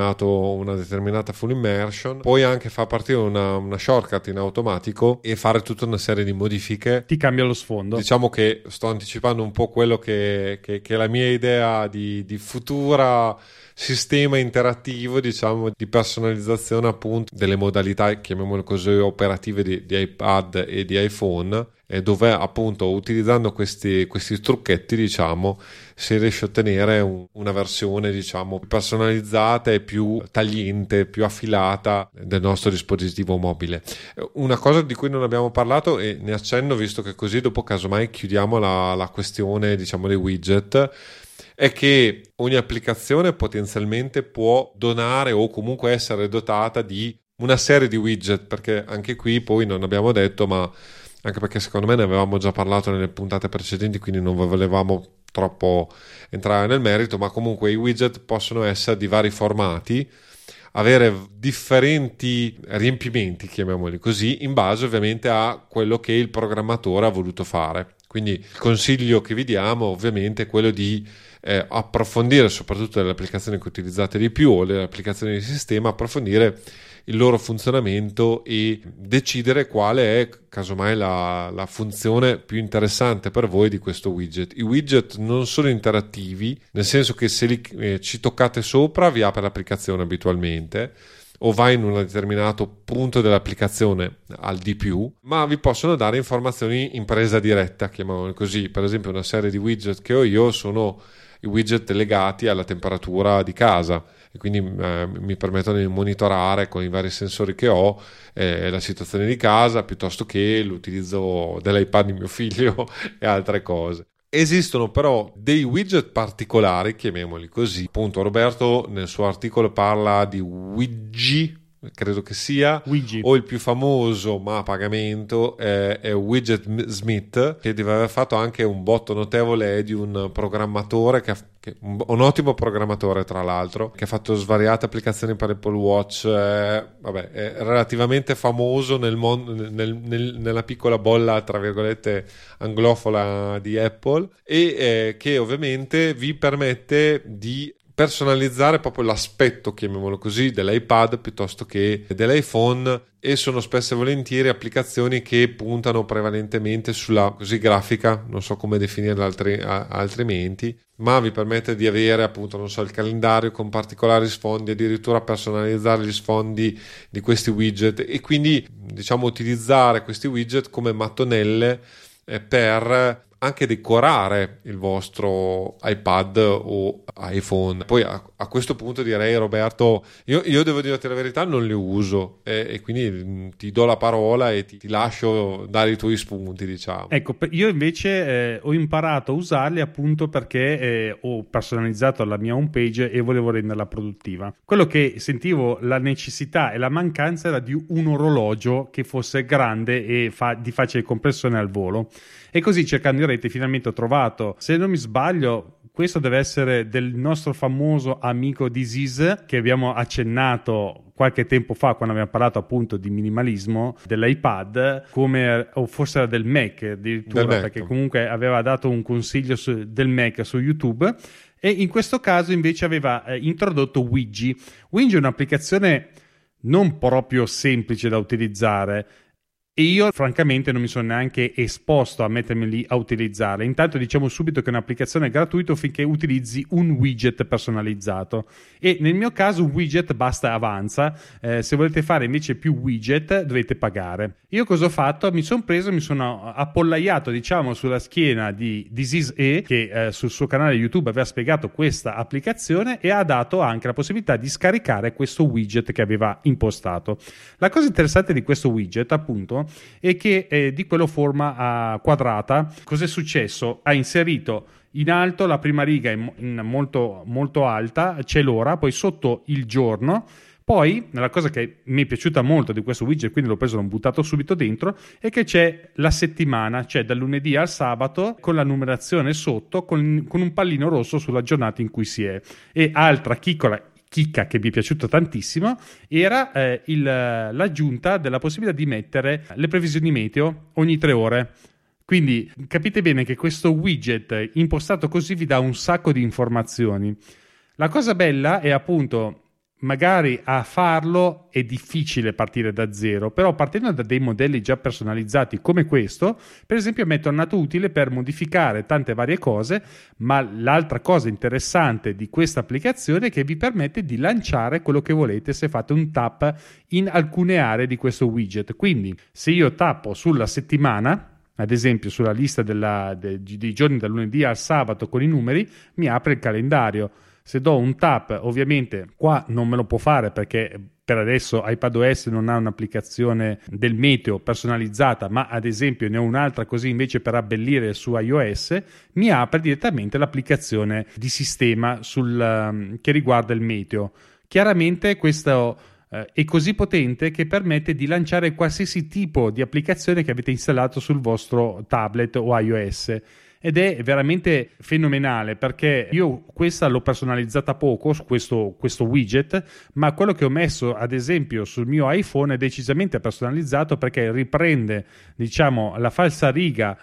determinata full immersion, puoi anche far partire una shortcut in automatico e fare tutta una serie di modifiche. Ti cambia lo sfondo. Diciamo che sto anticipando un po' quello che è la mia idea di futura sistema interattivo, diciamo, di personalizzazione appunto delle modalità, chiamiamole così, operative di iPad e di iPhone, dove appunto utilizzando questi trucchetti, diciamo, si riesce a ottenere una versione, diciamo, personalizzata e più tagliente, più affilata del nostro dispositivo mobile. Una cosa di cui non abbiamo parlato, e ne accenno visto che così dopo casomai chiudiamo la questione, diciamo, dei widget, è che ogni applicazione potenzialmente può donare o comunque essere dotata di una serie di widget, perché anche qui poi non abbiamo detto, ma anche perché secondo me ne avevamo già parlato nelle puntate precedenti, quindi non volevamo troppo entrare nel merito, ma comunque i widget possono essere di vari formati, avere differenti riempimenti, chiamiamoli così, in base ovviamente a quello che il programmatore ha voluto fare. Quindi il consiglio che vi diamo ovviamente è quello di approfondire, soprattutto le applicazioni che utilizzate di più o le applicazioni di sistema, approfondire il loro funzionamento e decidere quale è casomai la funzione più interessante per voi di questo widget. I widget non sono interattivi, nel senso che se ci toccate sopra vi apre l'applicazione abitualmente, o vai in un determinato punto dell'applicazione al di più, ma vi possono dare informazioni in presa diretta, chiamiamolo così. Per esempio una serie di widget che ho io sono i widget legati alla temperatura di casa, e quindi mi permettono di monitorare con i vari sensori che ho la situazione di casa, piuttosto che l'utilizzo dell'iPad di mio figlio e altre cose. Esistono però dei widget particolari, chiamiamoli così. Appunto, Roberto nel suo articolo parla di Widgie, credo che sia, o il più famoso ma a pagamento è Widget Smith, che deve aver fatto anche un botto notevole di un programmatore un ottimo programmatore, tra l'altro, che ha fatto svariate applicazioni per Apple Watch, è relativamente famoso nel mondo, nella piccola bolla tra virgolette anglofola di Apple, e che ovviamente vi permette di personalizzare proprio l'aspetto, chiamiamolo così, dell'iPad piuttosto che dell'iPhone, e sono spesso e volentieri applicazioni che puntano prevalentemente sulla grafica, non so come definirla altrimenti, ma vi permette di avere appunto, non so, il calendario con particolari sfondi, addirittura personalizzare gli sfondi di questi widget, e quindi diciamo utilizzare questi widget come mattonelle per anche decorare il vostro iPad o iPhone. Poi a questo punto direi, Roberto, io devo dirti la verità, non li uso, e quindi ti do la parola e ti lascio dare i tuoi spunti, diciamo. Ecco, io invece ho imparato a usarli appunto perché ho personalizzato la mia homepage e volevo renderla produttiva. Quello che sentivo la necessità e la mancanza era di un orologio che fosse grande e di facile compressione al volo, e così cercando in rete finalmente ho trovato, se non mi sbaglio, questo deve essere del nostro famoso amico Disease, che abbiamo accennato qualche tempo fa quando abbiamo parlato appunto di minimalismo dell'iPad, o forse era del Mac addirittura, perché comunque aveva dato un consiglio del Mac su YouTube, e in questo caso invece aveva introdotto Widgie. Widgie è un'applicazione non proprio semplice da utilizzare. E io francamente non mi sono neanche esposto a mettermi lì a utilizzarla. Intanto diciamo subito che è un'applicazione gratuita finché utilizzi un widget personalizzato, e nel mio caso un widget basta e avanza. Se volete fare invece più widget dovete pagare. Io cosa ho fatto? Mi sono appollaiato diciamo sulla schiena di Disease E, che sul suo canale YouTube aveva spiegato questa applicazione e ha dato anche la possibilità di scaricare questo widget che aveva impostato. La cosa interessante di questo widget appunto e che di quello forma quadrata. Cos'è successo? Ha inserito in alto la prima riga in molto, molto alta, c'è l'ora, poi sotto il giorno. Poi, la cosa che mi è piaciuta molto di questo widget, quindi l'ho preso e l'ho buttato subito dentro, è che c'è la settimana, cioè dal lunedì al sabato, con la numerazione sotto, con un pallino rosso sulla giornata in cui si è. E altra chicca che mi è piaciuto tantissimo era l'aggiunta della possibilità di mettere le previsioni meteo ogni 3 ore. Quindi capite bene che questo widget impostato così vi dà un sacco di informazioni. La cosa bella è appunto, magari a farlo è difficile partire da zero, però partendo da dei modelli già personalizzati come questo, per esempio, mi è tornato utile per modificare tante varie cose. Ma l'altra cosa interessante di questa applicazione è che vi permette di lanciare quello che volete se fate un tap in alcune aree di questo widget. Quindi se io tappo sulla settimana, ad esempio sulla lista dei giorni dal lunedì al sabato con i numeri, mi apre il calendario. Se do un tap, ovviamente qua non me lo può fare perché per adesso iPadOS non ha un'applicazione del meteo personalizzata, ma ad esempio ne ho un'altra così invece per abbellire su iOS, mi apre direttamente l'applicazione di sistema che riguarda il meteo. Chiaramente questo è così potente che permette di lanciare qualsiasi tipo di applicazione che avete installato sul vostro tablet o iOS. Ed è veramente fenomenale perché io questa l'ho personalizzata poco su questo widget, ma quello che ho messo ad esempio sul mio iPhone è decisamente personalizzato perché riprende diciamo la falsa riga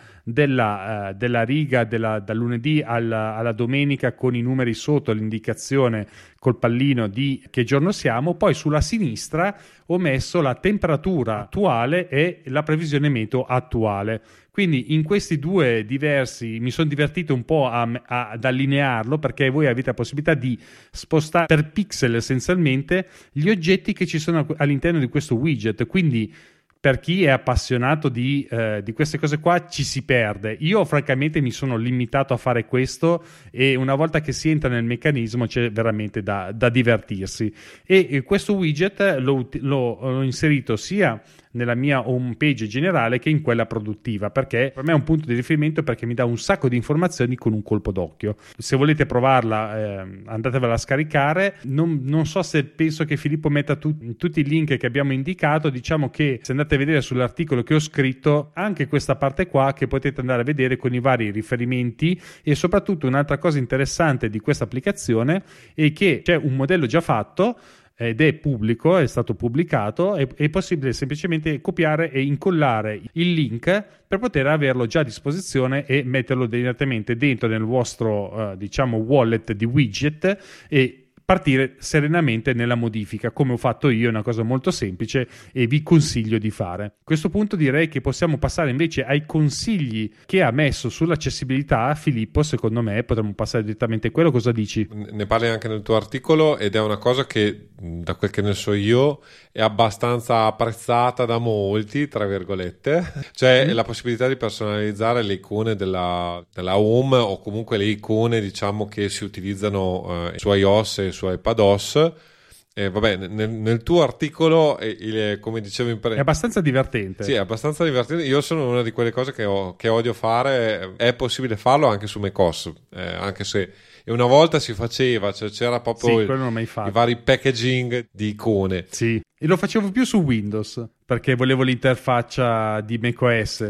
della riga dal lunedì alla domenica con i numeri sotto, l'indicazione col pallino di che giorno siamo. Poi sulla sinistra ho messo la temperatura attuale e la previsione meteo attuale. Quindi in questi due diversi mi sono divertito un po' ad allinearlo, perché voi avete la possibilità di spostare per pixel essenzialmente gli oggetti che ci sono all'interno di questo widget. Quindi per chi è appassionato di queste cose qua ci si perde. Io francamente mi sono limitato a fare questo e una volta che si entra nel meccanismo c'è veramente da divertirsi. E questo widget l'ho inserito sia nella mia home page generale che in quella produttiva, perché per me è un punto di riferimento, perché mi dà un sacco di informazioni con un colpo d'occhio. Se volete provarla andatevela a scaricare. Non so se penso che Filippo metta tutti i link che abbiamo indicato. Diciamo che se andate a vedere sull'articolo che ho scritto anche questa parte qua, che potete andare a vedere con i vari riferimenti. E soprattutto un'altra cosa interessante di questa applicazione è che c'è un modello già fatto ed è pubblico, è stato pubblicato, è possibile semplicemente copiare e incollare il link per poter averlo già a disposizione e metterlo direttamente dentro nel vostro diciamo wallet di widget e partire serenamente nella modifica, come ho fatto io. È una cosa molto semplice e vi consiglio di fare. A questo punto direi che possiamo passare invece ai consigli che ha messo sull'accessibilità Filippo. Secondo me potremmo passare direttamente a quello. Cosa dici? Ne parli anche nel tuo articolo ed è una cosa che, da quel che ne so io, è abbastanza apprezzata da molti, tra virgolette, cioè la possibilità di personalizzare le icone della home, o comunque le icone diciamo che si utilizzano su iOS e su iPadOS. Vabbè, nel tuo articolo, come dicevo è abbastanza divertente. Sì, è abbastanza divertente. Io sono una di quelle cose che odio fare. È possibile farlo anche su macOS, anche se una volta si faceva, cioè c'era proprio i vari packaging di icone. Sì, e lo facevo più su Windows perché volevo l'interfaccia di macOS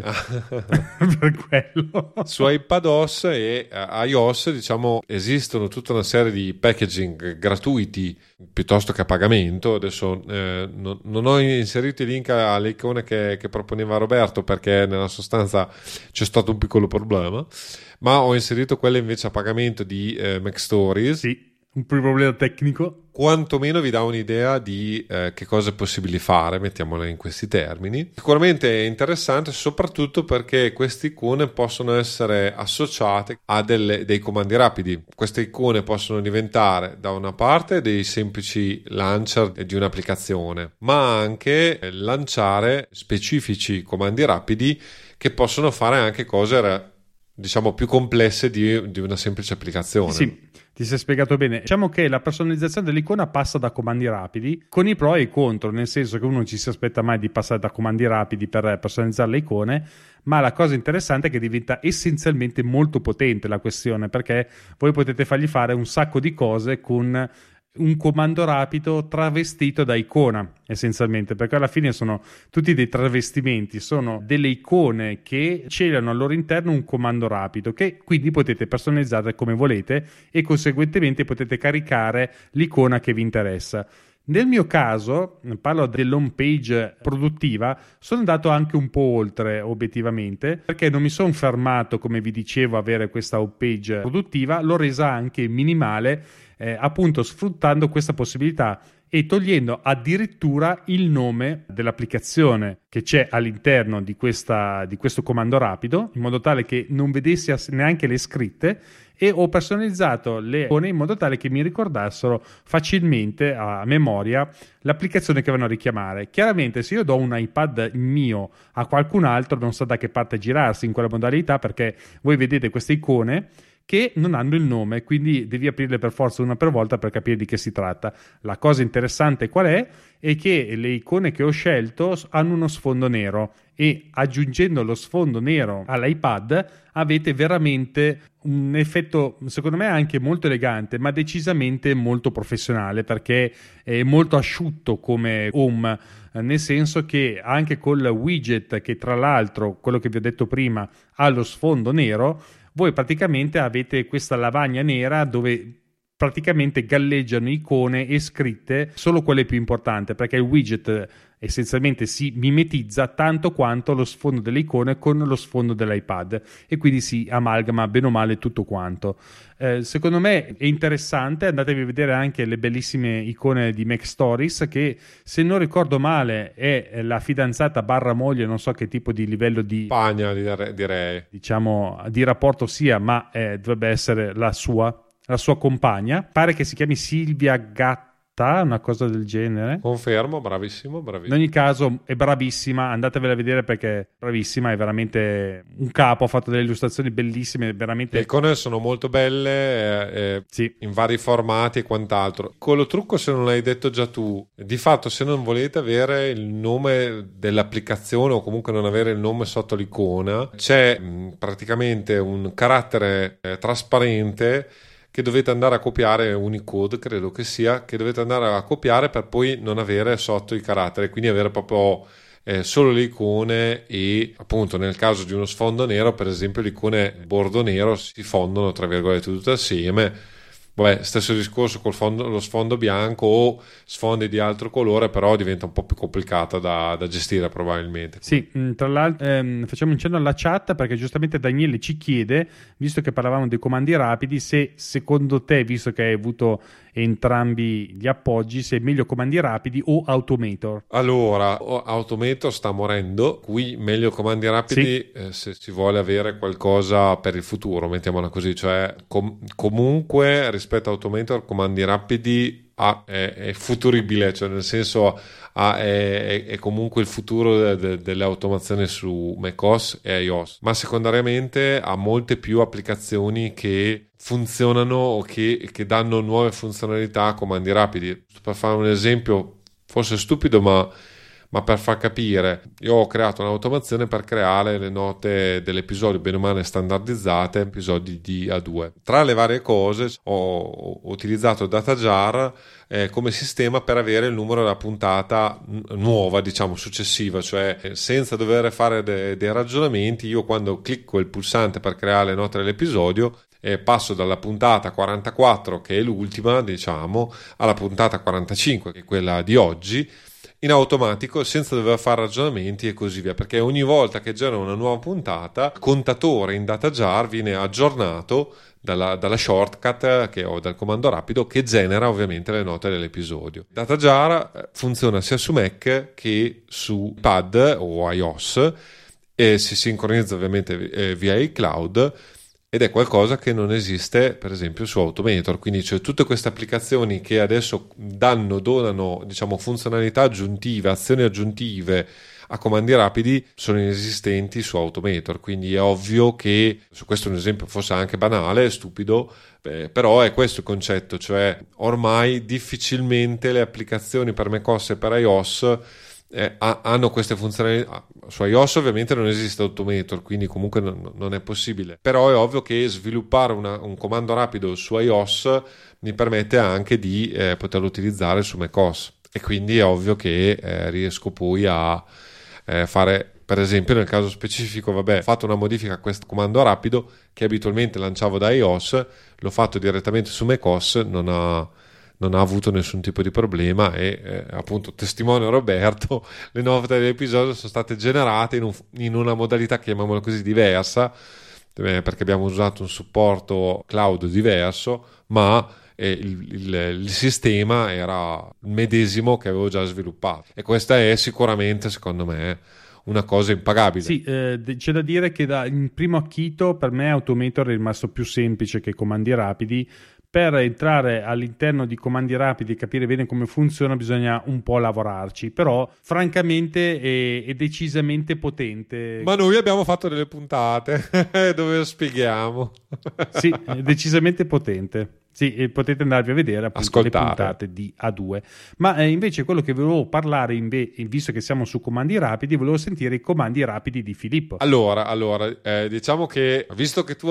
per quello. Su iPadOS e iOS diciamo esistono tutta una serie di packaging gratuiti piuttosto che a pagamento. Adesso non ho inserito i link alle icone che proponeva Roberto, perché nella sostanza c'è stato un piccolo problema, ma ho inserito quelle invece a pagamento di Mac Stories. Sì, un problema tecnico. quantomeno vi dà un'idea di che cosa è possibile fare, mettiamola in questi termini. Sicuramente è interessante, soprattutto perché queste icone possono essere associate a dei comandi rapidi. Queste icone possono diventare da una parte dei semplici launcher di un'applicazione, ma anche lanciare specifici comandi rapidi che possono fare anche cose diciamo più complesse di una semplice applicazione. Sì, ti sei spiegato bene. Diciamo che la personalizzazione dell'icona passa da comandi rapidi, con i pro e i contro, nel senso che uno non ci si aspetta mai di passare da comandi rapidi per personalizzare le icone, ma la cosa interessante è che diventa essenzialmente molto potente la questione, perché voi potete fargli fare un sacco di cose con un comando rapido travestito da icona, essenzialmente, perché alla fine sono tutti dei travestimenti, sono delle icone che celano al loro interno un comando rapido che quindi potete personalizzare come volete e conseguentemente potete caricare l'icona che vi interessa. Nel mio caso, parlo dell'home page produttiva, sono andato anche un po' oltre obiettivamente, perché non mi sono fermato, come vi dicevo, a avere questa home page produttiva, l'ho resa anche minimale, appunto sfruttando questa possibilità e togliendo addirittura il nome dell'applicazione che c'è all'interno di questo comando rapido, in modo tale che non vedessi neanche le scritte, e ho personalizzato le icone in modo tale che mi ricordassero facilmente a memoria l'applicazione che vanno a richiamare. Chiaramente se io do un iPad mio a qualcun altro non sa da che parte girarsi in quella modalità, perché voi vedete queste icone che non hanno il nome, quindi devi aprirle per forza una per volta per capire di che si tratta. La cosa interessante qual è? È che le icone che ho scelto hanno uno sfondo nero e aggiungendo lo sfondo nero all'iPad avete veramente un effetto, secondo me anche molto elegante, ma decisamente molto professionale, perché è molto asciutto come home, nel senso che anche col widget, che tra l'altro, quello che vi ho detto prima, ha lo sfondo nero, voi praticamente avete questa lavagna nera dove praticamente galleggiano icone e scritte, solo quelle più importanti, perché il widget essenzialmente si mimetizza tanto quanto lo sfondo delle icone con lo sfondo dell'iPad e quindi si amalgama bene o male tutto quanto. Secondo me è interessante, andatevi a vedere anche le bellissime icone di Mac Stories, che se non ricordo male è la fidanzata barra moglie, non so che tipo di livello di Spagna, direi, diciamo di rapporto sia, ma dovrebbe essere la sua compagna. Pare che si chiami Silvia Gatta, una cosa del genere. Confermo, bravissimo. In ogni caso è bravissima, andatevela a vedere perché è bravissima, è veramente un capo, ha fatto delle illustrazioni bellissime, veramente. Le icone sono molto belle, sì, in vari formati e quant'altro. Con lo trucco, se non l'hai detto già tu, di fatto se non volete avere il nome dell'applicazione o comunque non avere il nome sotto l'icona, c'è praticamente un carattere trasparente che dovete andare a copiare, Unicode credo che sia, che dovete andare a copiare per poi non avere sotto i caratteri, quindi avere proprio solo le icone e appunto nel caso di uno sfondo nero, per esempio le icone bordo nero si fondono tra virgolette tutte assieme. Vabbè, stesso discorso lo sfondo bianco o sfondi di altro colore, però diventa un po' più complicata da gestire probabilmente. Sì, tra l'altro facciamo un cenno alla chat perché giustamente Daniele ci chiede, visto che parlavamo dei comandi rapidi, se secondo te, visto che hai avuto entrambi gli appoggi, se è meglio comandi rapidi o Automator. Allora, Automator sta morendo, qui meglio comandi rapidi, sì. Se si vuole avere qualcosa per il futuro, mettiamola così, cioè comunque rispetto a Automator comandi rapidi è futuribile, cioè nel senso è comunque il futuro delle automazioni su macOS e iOS, ma secondariamente ha molte più applicazioni che funzionano o che danno nuove funzionalità a comandi rapidi. Per fare un esempio forse stupido ma per far capire, io ho creato un'automazione per creare le note dell'episodio bene o male standardizzate, episodi di A2. Tra le varie cose ho utilizzato DataJar come sistema per avere il numero della puntata nuova, diciamo successiva, cioè senza dover fare dei ragionamenti, io quando clicco il pulsante per creare le note dell'episodio passo dalla puntata 44, che è l'ultima, diciamo, alla puntata 45, che è quella di oggi, in automatico senza dover fare ragionamenti e così via, perché ogni volta che genera una nuova puntata il contatore in DataJar viene aggiornato dalla shortcut che ho dal comando rapido che genera ovviamente le note dell'episodio. DataJar funziona sia su Mac che su iPad o iOS e si sincronizza ovviamente via iCloud, ed è qualcosa che non esiste per esempio su Automator. Quindi cioè, tutte queste applicazioni che adesso donano diciamo funzionalità aggiuntive, azioni aggiuntive a comandi rapidi sono inesistenti su Automator, quindi è ovvio che su questo è un esempio forse anche banale, stupido, però è questo il concetto, cioè ormai difficilmente le applicazioni per macOS e per iOS hanno queste funzionalità. Su iOS ovviamente non esiste Automator, quindi comunque non è possibile, però è ovvio che sviluppare un comando rapido su iOS mi permette anche di poterlo utilizzare su macOS, e quindi è ovvio che riesco poi a fare, per esempio nel caso specifico, ho fatto una modifica a questo comando rapido che abitualmente lanciavo da iOS, l'ho fatto direttamente su macOS, non ha avuto nessun tipo di problema, e appunto testimone Roberto, le note dell'episodio sono state generate in una modalità, chiamiamola così, diversa, perché abbiamo usato un supporto cloud diverso, ma il sistema era il medesimo che avevo già sviluppato, e questa è sicuramente, secondo me, una cosa impagabile. Sì, c'è da dire che in primo acchito per me Automator è rimasto più semplice che comandi rapidi. Per entrare all'interno di comandi rapidi e capire bene come funziona bisogna un po' lavorarci, però francamente è decisamente potente. Ma noi abbiamo fatto delle puntate dove lo spieghiamo. Sì, è decisamente potente. Sì, potete andarvi a vedere appunto le puntate di A2. Ma invece quello che volevo parlare, visto che siamo su comandi rapidi, volevo sentire i comandi rapidi di Filippo. Allora, diciamo che visto che tu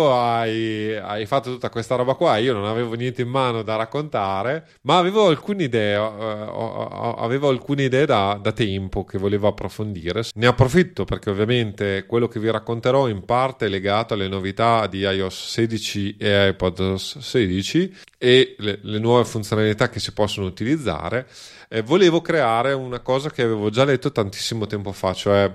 hai fatto tutta questa roba qua, io non avevo niente in mano da raccontare, ma avevo alcune idee, da tempo che volevo approfondire. Ne approfitto perché ovviamente quello che vi racconterò in parte è legato alle novità di iOS 16 e iPadOS 16 e le nuove funzionalità che si possono utilizzare. Volevo creare una cosa che avevo già letto tantissimo tempo fa, cioè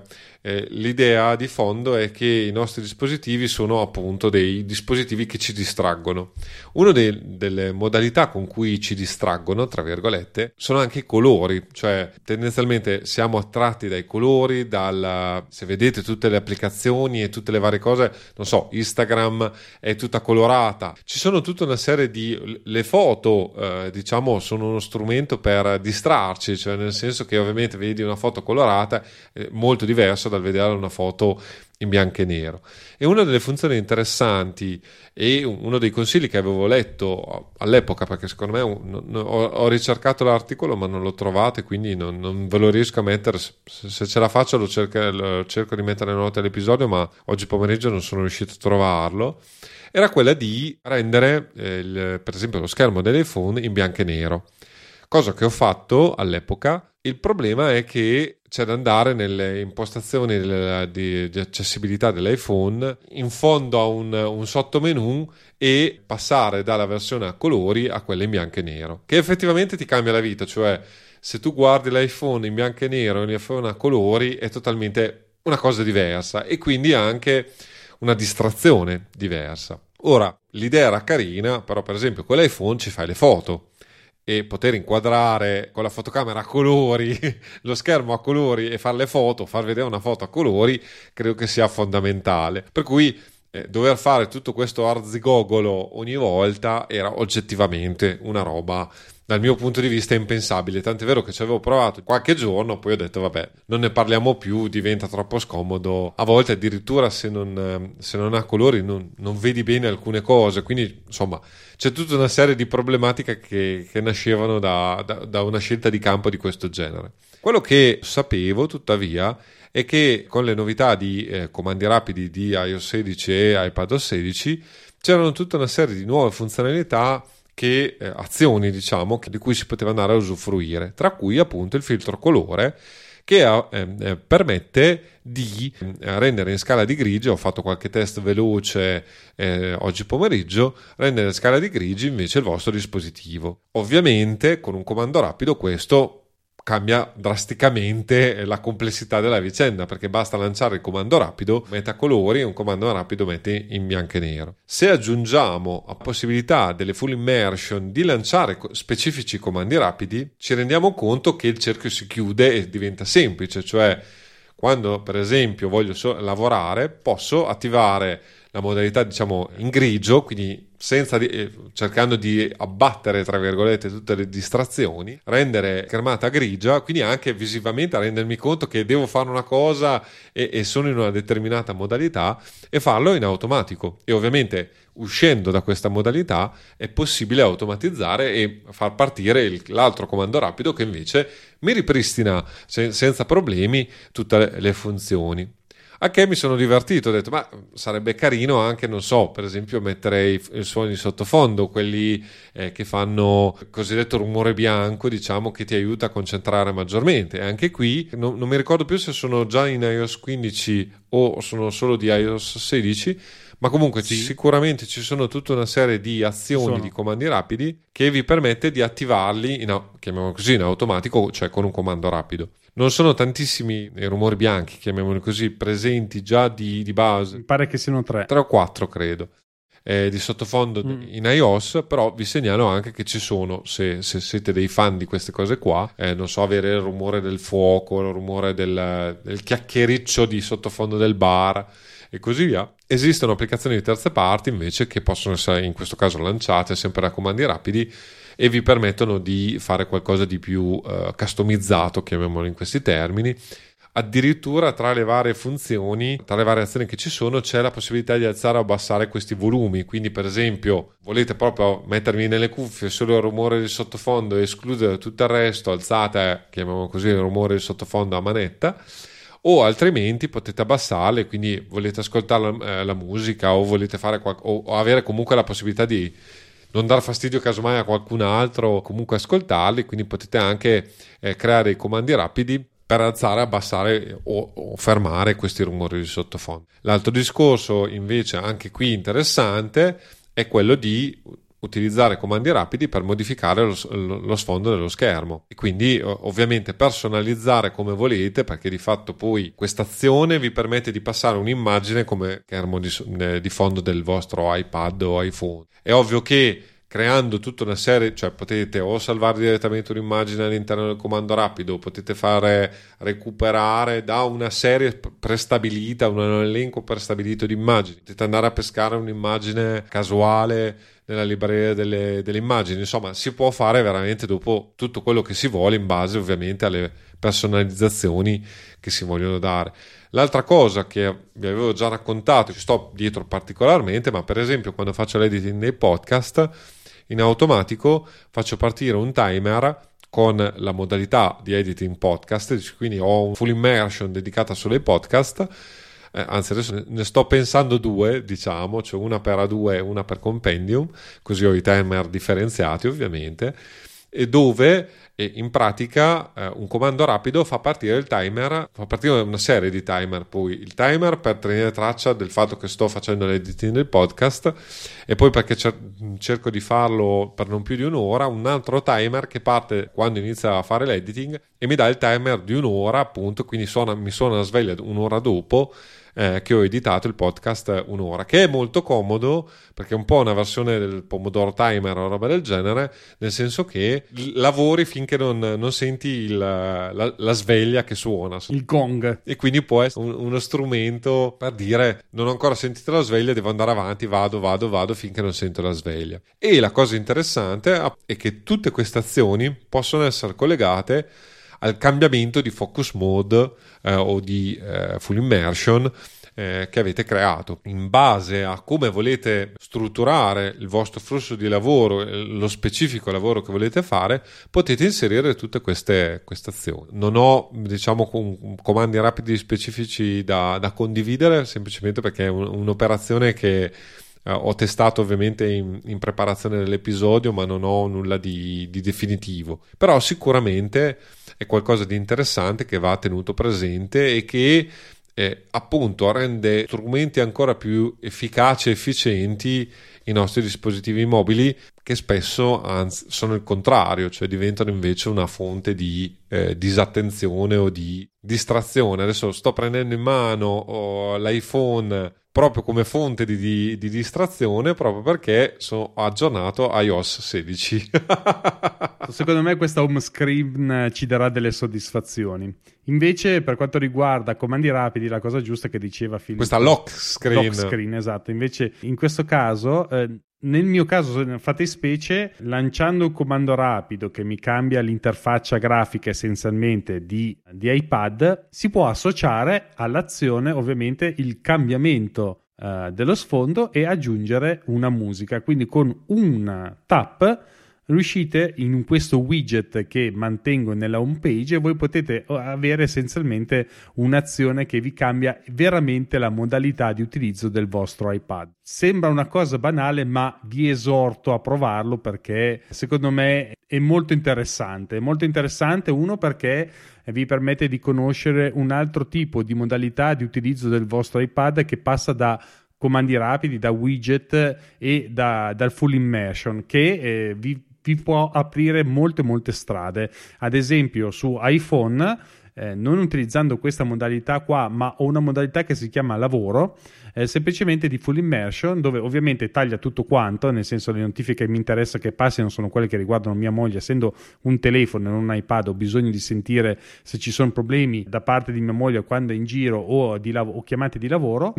l'idea di fondo è che i nostri dispositivi sono appunto dei dispositivi che ci distraggono. Una delle modalità con cui ci distraggono, tra virgolette, sono anche i colori, cioè tendenzialmente siamo attratti dai colori, se vedete tutte le applicazioni e tutte le varie cose, non so, Instagram è tutta colorata, ci sono tutta una serie le foto, diciamo, sono uno strumento per distrarci, cioè nel senso che ovviamente vedi una foto colorata molto diversa dal vedere una foto in bianco e nero. E una delle funzioni interessanti e uno dei consigli che avevo letto all'epoca, perché secondo me ho ricercato l'articolo ma non l'ho trovato e quindi non ve lo riesco a mettere, se ce la faccio lo cerco di mettere nelle note dell'episodio, ma oggi pomeriggio non sono riuscito a trovarlo. Era quella di rendere per esempio lo schermo dell'iPhone in bianco e nero, cosa che ho fatto all'epoca. Il problema è che c'è da andare nelle impostazioni di accessibilità dell'iPhone, in fondo a un sottomenu, e passare dalla versione a colori a quella in bianco e nero, che effettivamente ti cambia la vita. Cioè, se tu guardi l'iPhone in bianco e nero e l'iPhone a colori, è totalmente una cosa diversa e quindi anche una distrazione diversa. Ora, l'idea era carina, però per esempio con l'iPhone ci fai le foto, e poter inquadrare con la fotocamera a colori lo schermo a colori e fare le foto, far vedere una foto a colori, credo che sia fondamentale. Per cui dover fare tutto questo arzigogolo ogni volta era oggettivamente una roba, dal mio punto di vista, impensabile. Tant'è vero che ci avevo provato qualche giorno, poi ho detto vabbè, non ne parliamo più, diventa troppo scomodo. A volte addirittura se non ha colori non vedi bene alcune cose, quindi insomma c'è tutta una serie di problematiche che nascevano da una scelta di campo di questo genere. Quello che sapevo tuttavia è che con le novità di comandi rapidi di iOS 16 e iPadOS 16 c'erano tutta una serie di nuove funzionalità, azioni diciamo, di cui si poteva andare a usufruire, tra cui appunto il filtro colore, che permette di rendere in scala di grigi. Ho fatto qualche test veloce oggi pomeriggio, rendere in scala di grigi invece il vostro dispositivo. Ovviamente con un comando rapido questo cambia drasticamente la complessità della vicenda, perché basta lanciare il comando rapido, mette a colori, e un comando rapido mette in bianco e nero. Se aggiungiamo la possibilità delle full immersion di lanciare specifici comandi rapidi, ci rendiamo conto che il cerchio si chiude e diventa semplice, cioè quando per esempio voglio lavorare posso attivare la modalità diciamo in grigio, quindi cercando di abbattere tra virgolette tutte le distrazioni, rendere schermata grigia, quindi anche visivamente rendermi conto che devo fare una cosa e sono in una determinata modalità, e farlo in automatico. E ovviamente uscendo da questa modalità è possibile automatizzare e far partire l'altro comando rapido che invece mi ripristina senza problemi tutte le funzioni. A che mi sono divertito, ho detto ma sarebbe carino anche, non so, per esempio mettere i suoni di sottofondo, quelli che fanno il cosiddetto rumore bianco, diciamo, che ti aiuta a concentrare maggiormente. E anche qui non mi ricordo più se sono già in iOS 15 o sono solo di iOS 16, ma comunque sì, sicuramente ci sono tutta una serie di azioni, di comandi rapidi che vi permette di attivarli chiamiamolo così, in automatico, cioè con un comando rapido. Non sono tantissimi i rumori bianchi, chiamiamoli così, presenti già di base. Mi pare che siano 3 o 4 credo, di sottofondo in iOS, però vi segnalo anche che ci sono, se siete dei fan di queste cose qua, non so, avere il rumore del fuoco, il rumore del chiacchiericcio di sottofondo del bar e così via. Esistono applicazioni di terze parti invece che possono essere in questo caso lanciate sempre da comandi rapidi e vi permettono di fare qualcosa di più customizzato, chiamiamolo in questi termini. Addirittura tra le varie funzioni, tra le variazioni che ci sono, c'è la possibilità di alzare o abbassare questi volumi. Quindi per esempio volete proprio mettervi nelle cuffie solo il rumore di sottofondo e escludere tutto il resto, alzate, chiamiamolo così, il rumore di sottofondo a manetta, o altrimenti potete abbassarle, quindi volete ascoltare la musica o volete fare o avere comunque la possibilità di non dar fastidio casomai a qualcun altro, comunque ascoltarli, quindi potete anche creare i comandi rapidi per alzare, abbassare o fermare questi rumori di sottofondo. L'altro discorso invece anche qui interessante è quello di utilizzare comandi rapidi per modificare lo sfondo dello schermo e quindi ovviamente personalizzare come volete, perché di fatto poi questa azione vi permette di passare un'immagine come schermo di fondo del vostro iPad o iPhone. È ovvio che creando tutta una serie, cioè potete o salvare direttamente un'immagine all'interno del comando rapido, potete fare recuperare da una serie prestabilita, un elenco prestabilito di immagini, potete andare a pescare un'immagine casuale nella libreria delle immagini, insomma si può fare veramente dopo tutto quello che si vuole in base ovviamente alle personalizzazioni che si vogliono dare. L'altra cosa che vi avevo già raccontato, ci sto dietro particolarmente, ma per esempio quando faccio l'editing dei podcast in automatico faccio partire un timer con la modalità di editing podcast, quindi ho un full immersion dedicata solo ai podcast, anzi adesso ne sto pensando 2, diciamo, cioè una per A2 e una per Compendium, così ho i timer differenziati ovviamente, e dove in pratica un comando rapido fa partire il timer, fa partire una serie di timer, poi il timer per tenere traccia del fatto che sto facendo l'editing del podcast e poi perché cerco di farlo per non più di un'ora, un altro timer che parte quando inizia a fare l'editing e mi dà il timer di un'ora appunto, quindi mi suona la sveglia un'ora dopo che ho editato il podcast un'ora, che è molto comodo perché è un po' una versione del Pomodoro Timer o roba del genere, nel senso che lavori finché non senti la sveglia che suona, il gong, e quindi può essere uno strumento per dire non ho ancora sentito la sveglia, devo andare avanti, vado finché non sento la sveglia. E la cosa interessante è che tutte queste azioni possono essere collegate al cambiamento di focus mode o di full immersion che avete creato. In base a come volete strutturare il vostro flusso di lavoro, lo specifico lavoro che volete fare, potete inserire tutte queste azioni. Non ho, diciamo, comandi rapidi specifici da condividere, semplicemente perché è un'operazione che ho testato ovviamente in preparazione dell'episodio, ma non ho nulla di definitivo. Però sicuramente è qualcosa di interessante che va tenuto presente e che appunto rende strumenti ancora più efficaci e efficienti i nostri dispositivi mobili, che spesso anzi, sono il contrario, cioè diventano invece una fonte di disattenzione o di distrazione. Adesso sto prendendo in mano l'iPhone proprio come fonte di distrazione, proprio perché sono aggiornato a iOS 16. Secondo me questa home screen ci darà delle soddisfazioni. Invece, per quanto riguarda comandi rapidi, la cosa giusta che diceva Filippo, questa lock screen. Lock screen, esatto. Invece, in questo caso, nel mio caso, fattispecie, lanciando un comando rapido che mi cambia l'interfaccia grafica essenzialmente di iPad, si può associare all'azione ovviamente il cambiamento dello sfondo e aggiungere una musica. Quindi con un tap riuscite in questo widget che mantengo nella home page e voi potete avere essenzialmente un'azione che vi cambia veramente la modalità di utilizzo del vostro iPad. Sembra una cosa banale, ma vi esorto a provarlo perché secondo me è molto interessante. È molto interessante, uno, perché vi permette di conoscere un altro tipo di modalità di utilizzo del vostro iPad che passa da comandi rapidi, da widget e dal full immersion, che vi può aprire molte strade. Ad esempio su iPhone, non utilizzando questa modalità qua, ma ho una modalità che si chiama lavoro, semplicemente di full immersion, dove ovviamente taglia tutto quanto, nel senso le notifiche che mi interessa che passino sono quelle che riguardano mia moglie. Essendo un telefono e non un iPad, ho bisogno di sentire se ci sono problemi da parte di mia moglie quando è in giro o chiamate di lavoro,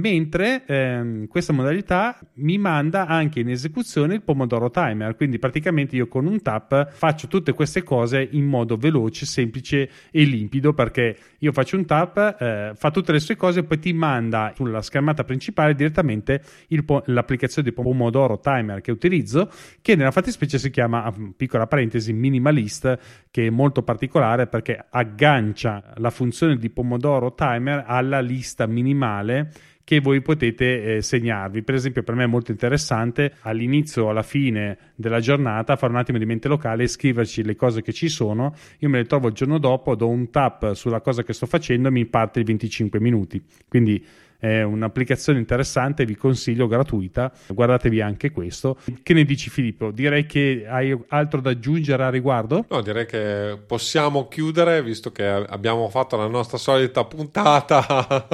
mentre questa modalità mi manda anche in esecuzione il Pomodoro Timer. Quindi praticamente io con un tap faccio tutte queste cose in modo veloce, semplice e limpido, perché io faccio un tap, fa tutte le sue cose e poi ti manda sulla schermata principale direttamente l'applicazione di Pomodoro Timer che utilizzo, che nella fattispecie si chiama, piccola parentesi, Minimalist, che è molto particolare perché aggancia la funzione di Pomodoro Timer alla lista minimale che voi potete segnarvi. Per esempio, per me è molto interessante all'inizio o alla fine della giornata fare un attimo di mente locale e scriverci le cose che ci sono. Io me le trovo il giorno dopo, do un tap sulla cosa che sto facendo e mi parte i 25 minuti. Quindi è un'applicazione interessante, vi consiglio, gratuita. Guardatevi anche questo. Che ne dici, Filippo? Direi che hai altro da aggiungere a riguardo? No, direi che possiamo chiudere, visto che abbiamo fatto la nostra solita puntata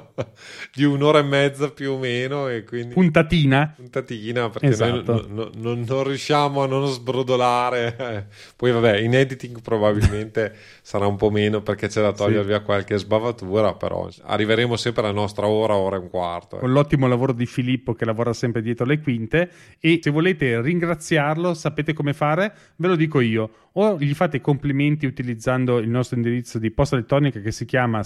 di un'ora e mezza più o meno, e quindi puntatina, perché esatto. noi non riusciamo a non sbrodolare. Poi vabbè, in editing probabilmente sarà un po' meno perché c'è da togliere via qualche sbavatura, però arriveremo sempre alla nostra ora e un quarto. Con l'ottimo lavoro di Filippo, che lavora sempre dietro le quinte. E se volete ringraziarlo, sapete come fare? Ve lo dico io. O gli fate complimenti utilizzando il nostro indirizzo di posta elettronica che si chiama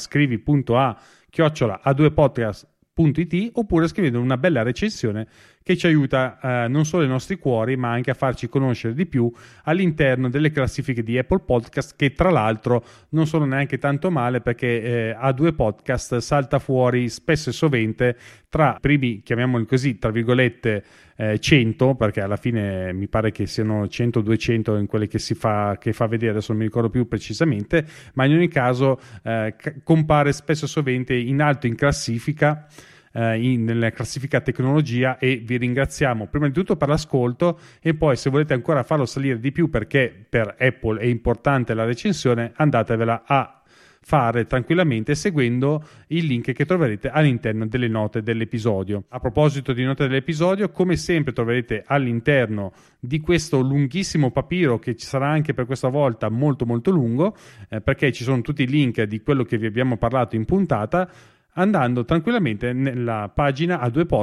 scrivi.a@a2podcast.it, oppure scrivendo una bella recensione che ci aiuta non solo ai nostri cuori, ma anche a farci conoscere di più all'interno delle classifiche di Apple Podcast, che tra l'altro non sono neanche tanto male, perché A2 Podcast salta fuori spesso e sovente tra i primi, chiamiamoli così, tra virgolette, 100, perché alla fine mi pare che siano 100-200 in quelle che fa vedere, adesso non mi ricordo più precisamente, ma in ogni caso compare spesso e sovente in alto in classifica, nella classifica tecnologia, e vi ringraziamo prima di tutto per l'ascolto, e poi se volete ancora farlo salire di più, perché per Apple è importante la recensione, andatevela a fare tranquillamente seguendo il link che troverete all'interno delle note dell'episodio. A proposito di note dell'episodio, come sempre troverete all'interno di questo lunghissimo papiro, che ci sarà anche per questa volta molto lungo, perché ci sono tutti i link di quello che vi abbiamo parlato in puntata, andando tranquillamente nella pagina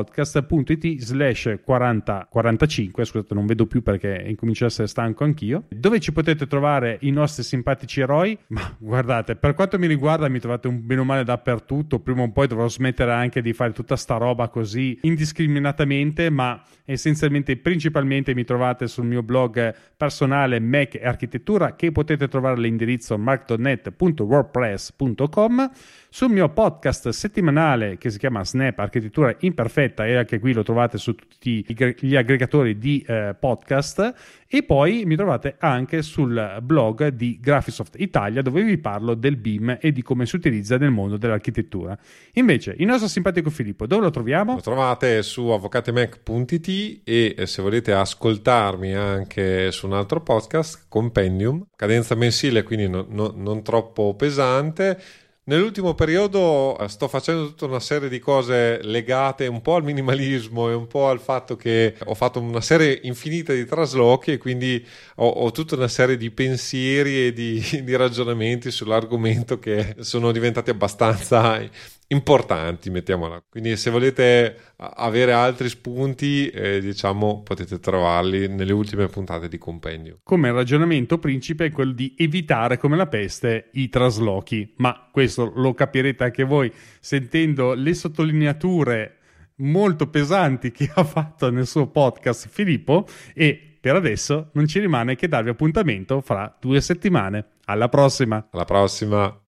a2podcast.it/4045, scusate, non vedo più perché incomincio ad essere stanco anch'io, dove ci potete trovare i nostri simpatici eroi. Ma guardate, per quanto mi riguarda mi trovate un bene o male dappertutto. Prima o poi dovrò smettere anche di fare tutta sta roba così indiscriminatamente, ma essenzialmente, principalmente mi trovate sul mio blog personale Mac e Architettura, che potete trovare all'indirizzo mark.net.wordpress.com, sul mio podcast settimanale che si chiama Snap Architettura Imperfetta, e anche qui lo trovate su tutti gli aggregatori di podcast, e poi mi trovate anche sul blog di Graphisoft Italia, dove vi parlo del BIM e di come si utilizza nel mondo dell'architettura. Invece il nostro simpatico Filippo dove lo troviamo? Lo trovate su avvocatemac.it, e se volete ascoltarmi anche su un altro podcast, Compendium, cadenza mensile, quindi non troppo pesante. Nell'ultimo periodo sto facendo tutta una serie di cose legate un po' al minimalismo e un po' al fatto che ho fatto una serie infinita di traslochi, e quindi ho tutta una serie di pensieri e di ragionamenti sull'argomento che sono diventati abbastanza importanti, mettiamola. Quindi se volete avere altri spunti, potete trovarli nelle ultime puntate di Compendio. Come il ragionamento principe è quello di evitare come la peste i traslochi, ma questo lo capirete anche voi sentendo le sottolineature molto pesanti che ha fatto nel suo podcast Filippo, e per adesso non ci rimane che darvi appuntamento fra 2 settimane. Alla prossima! Alla prossima!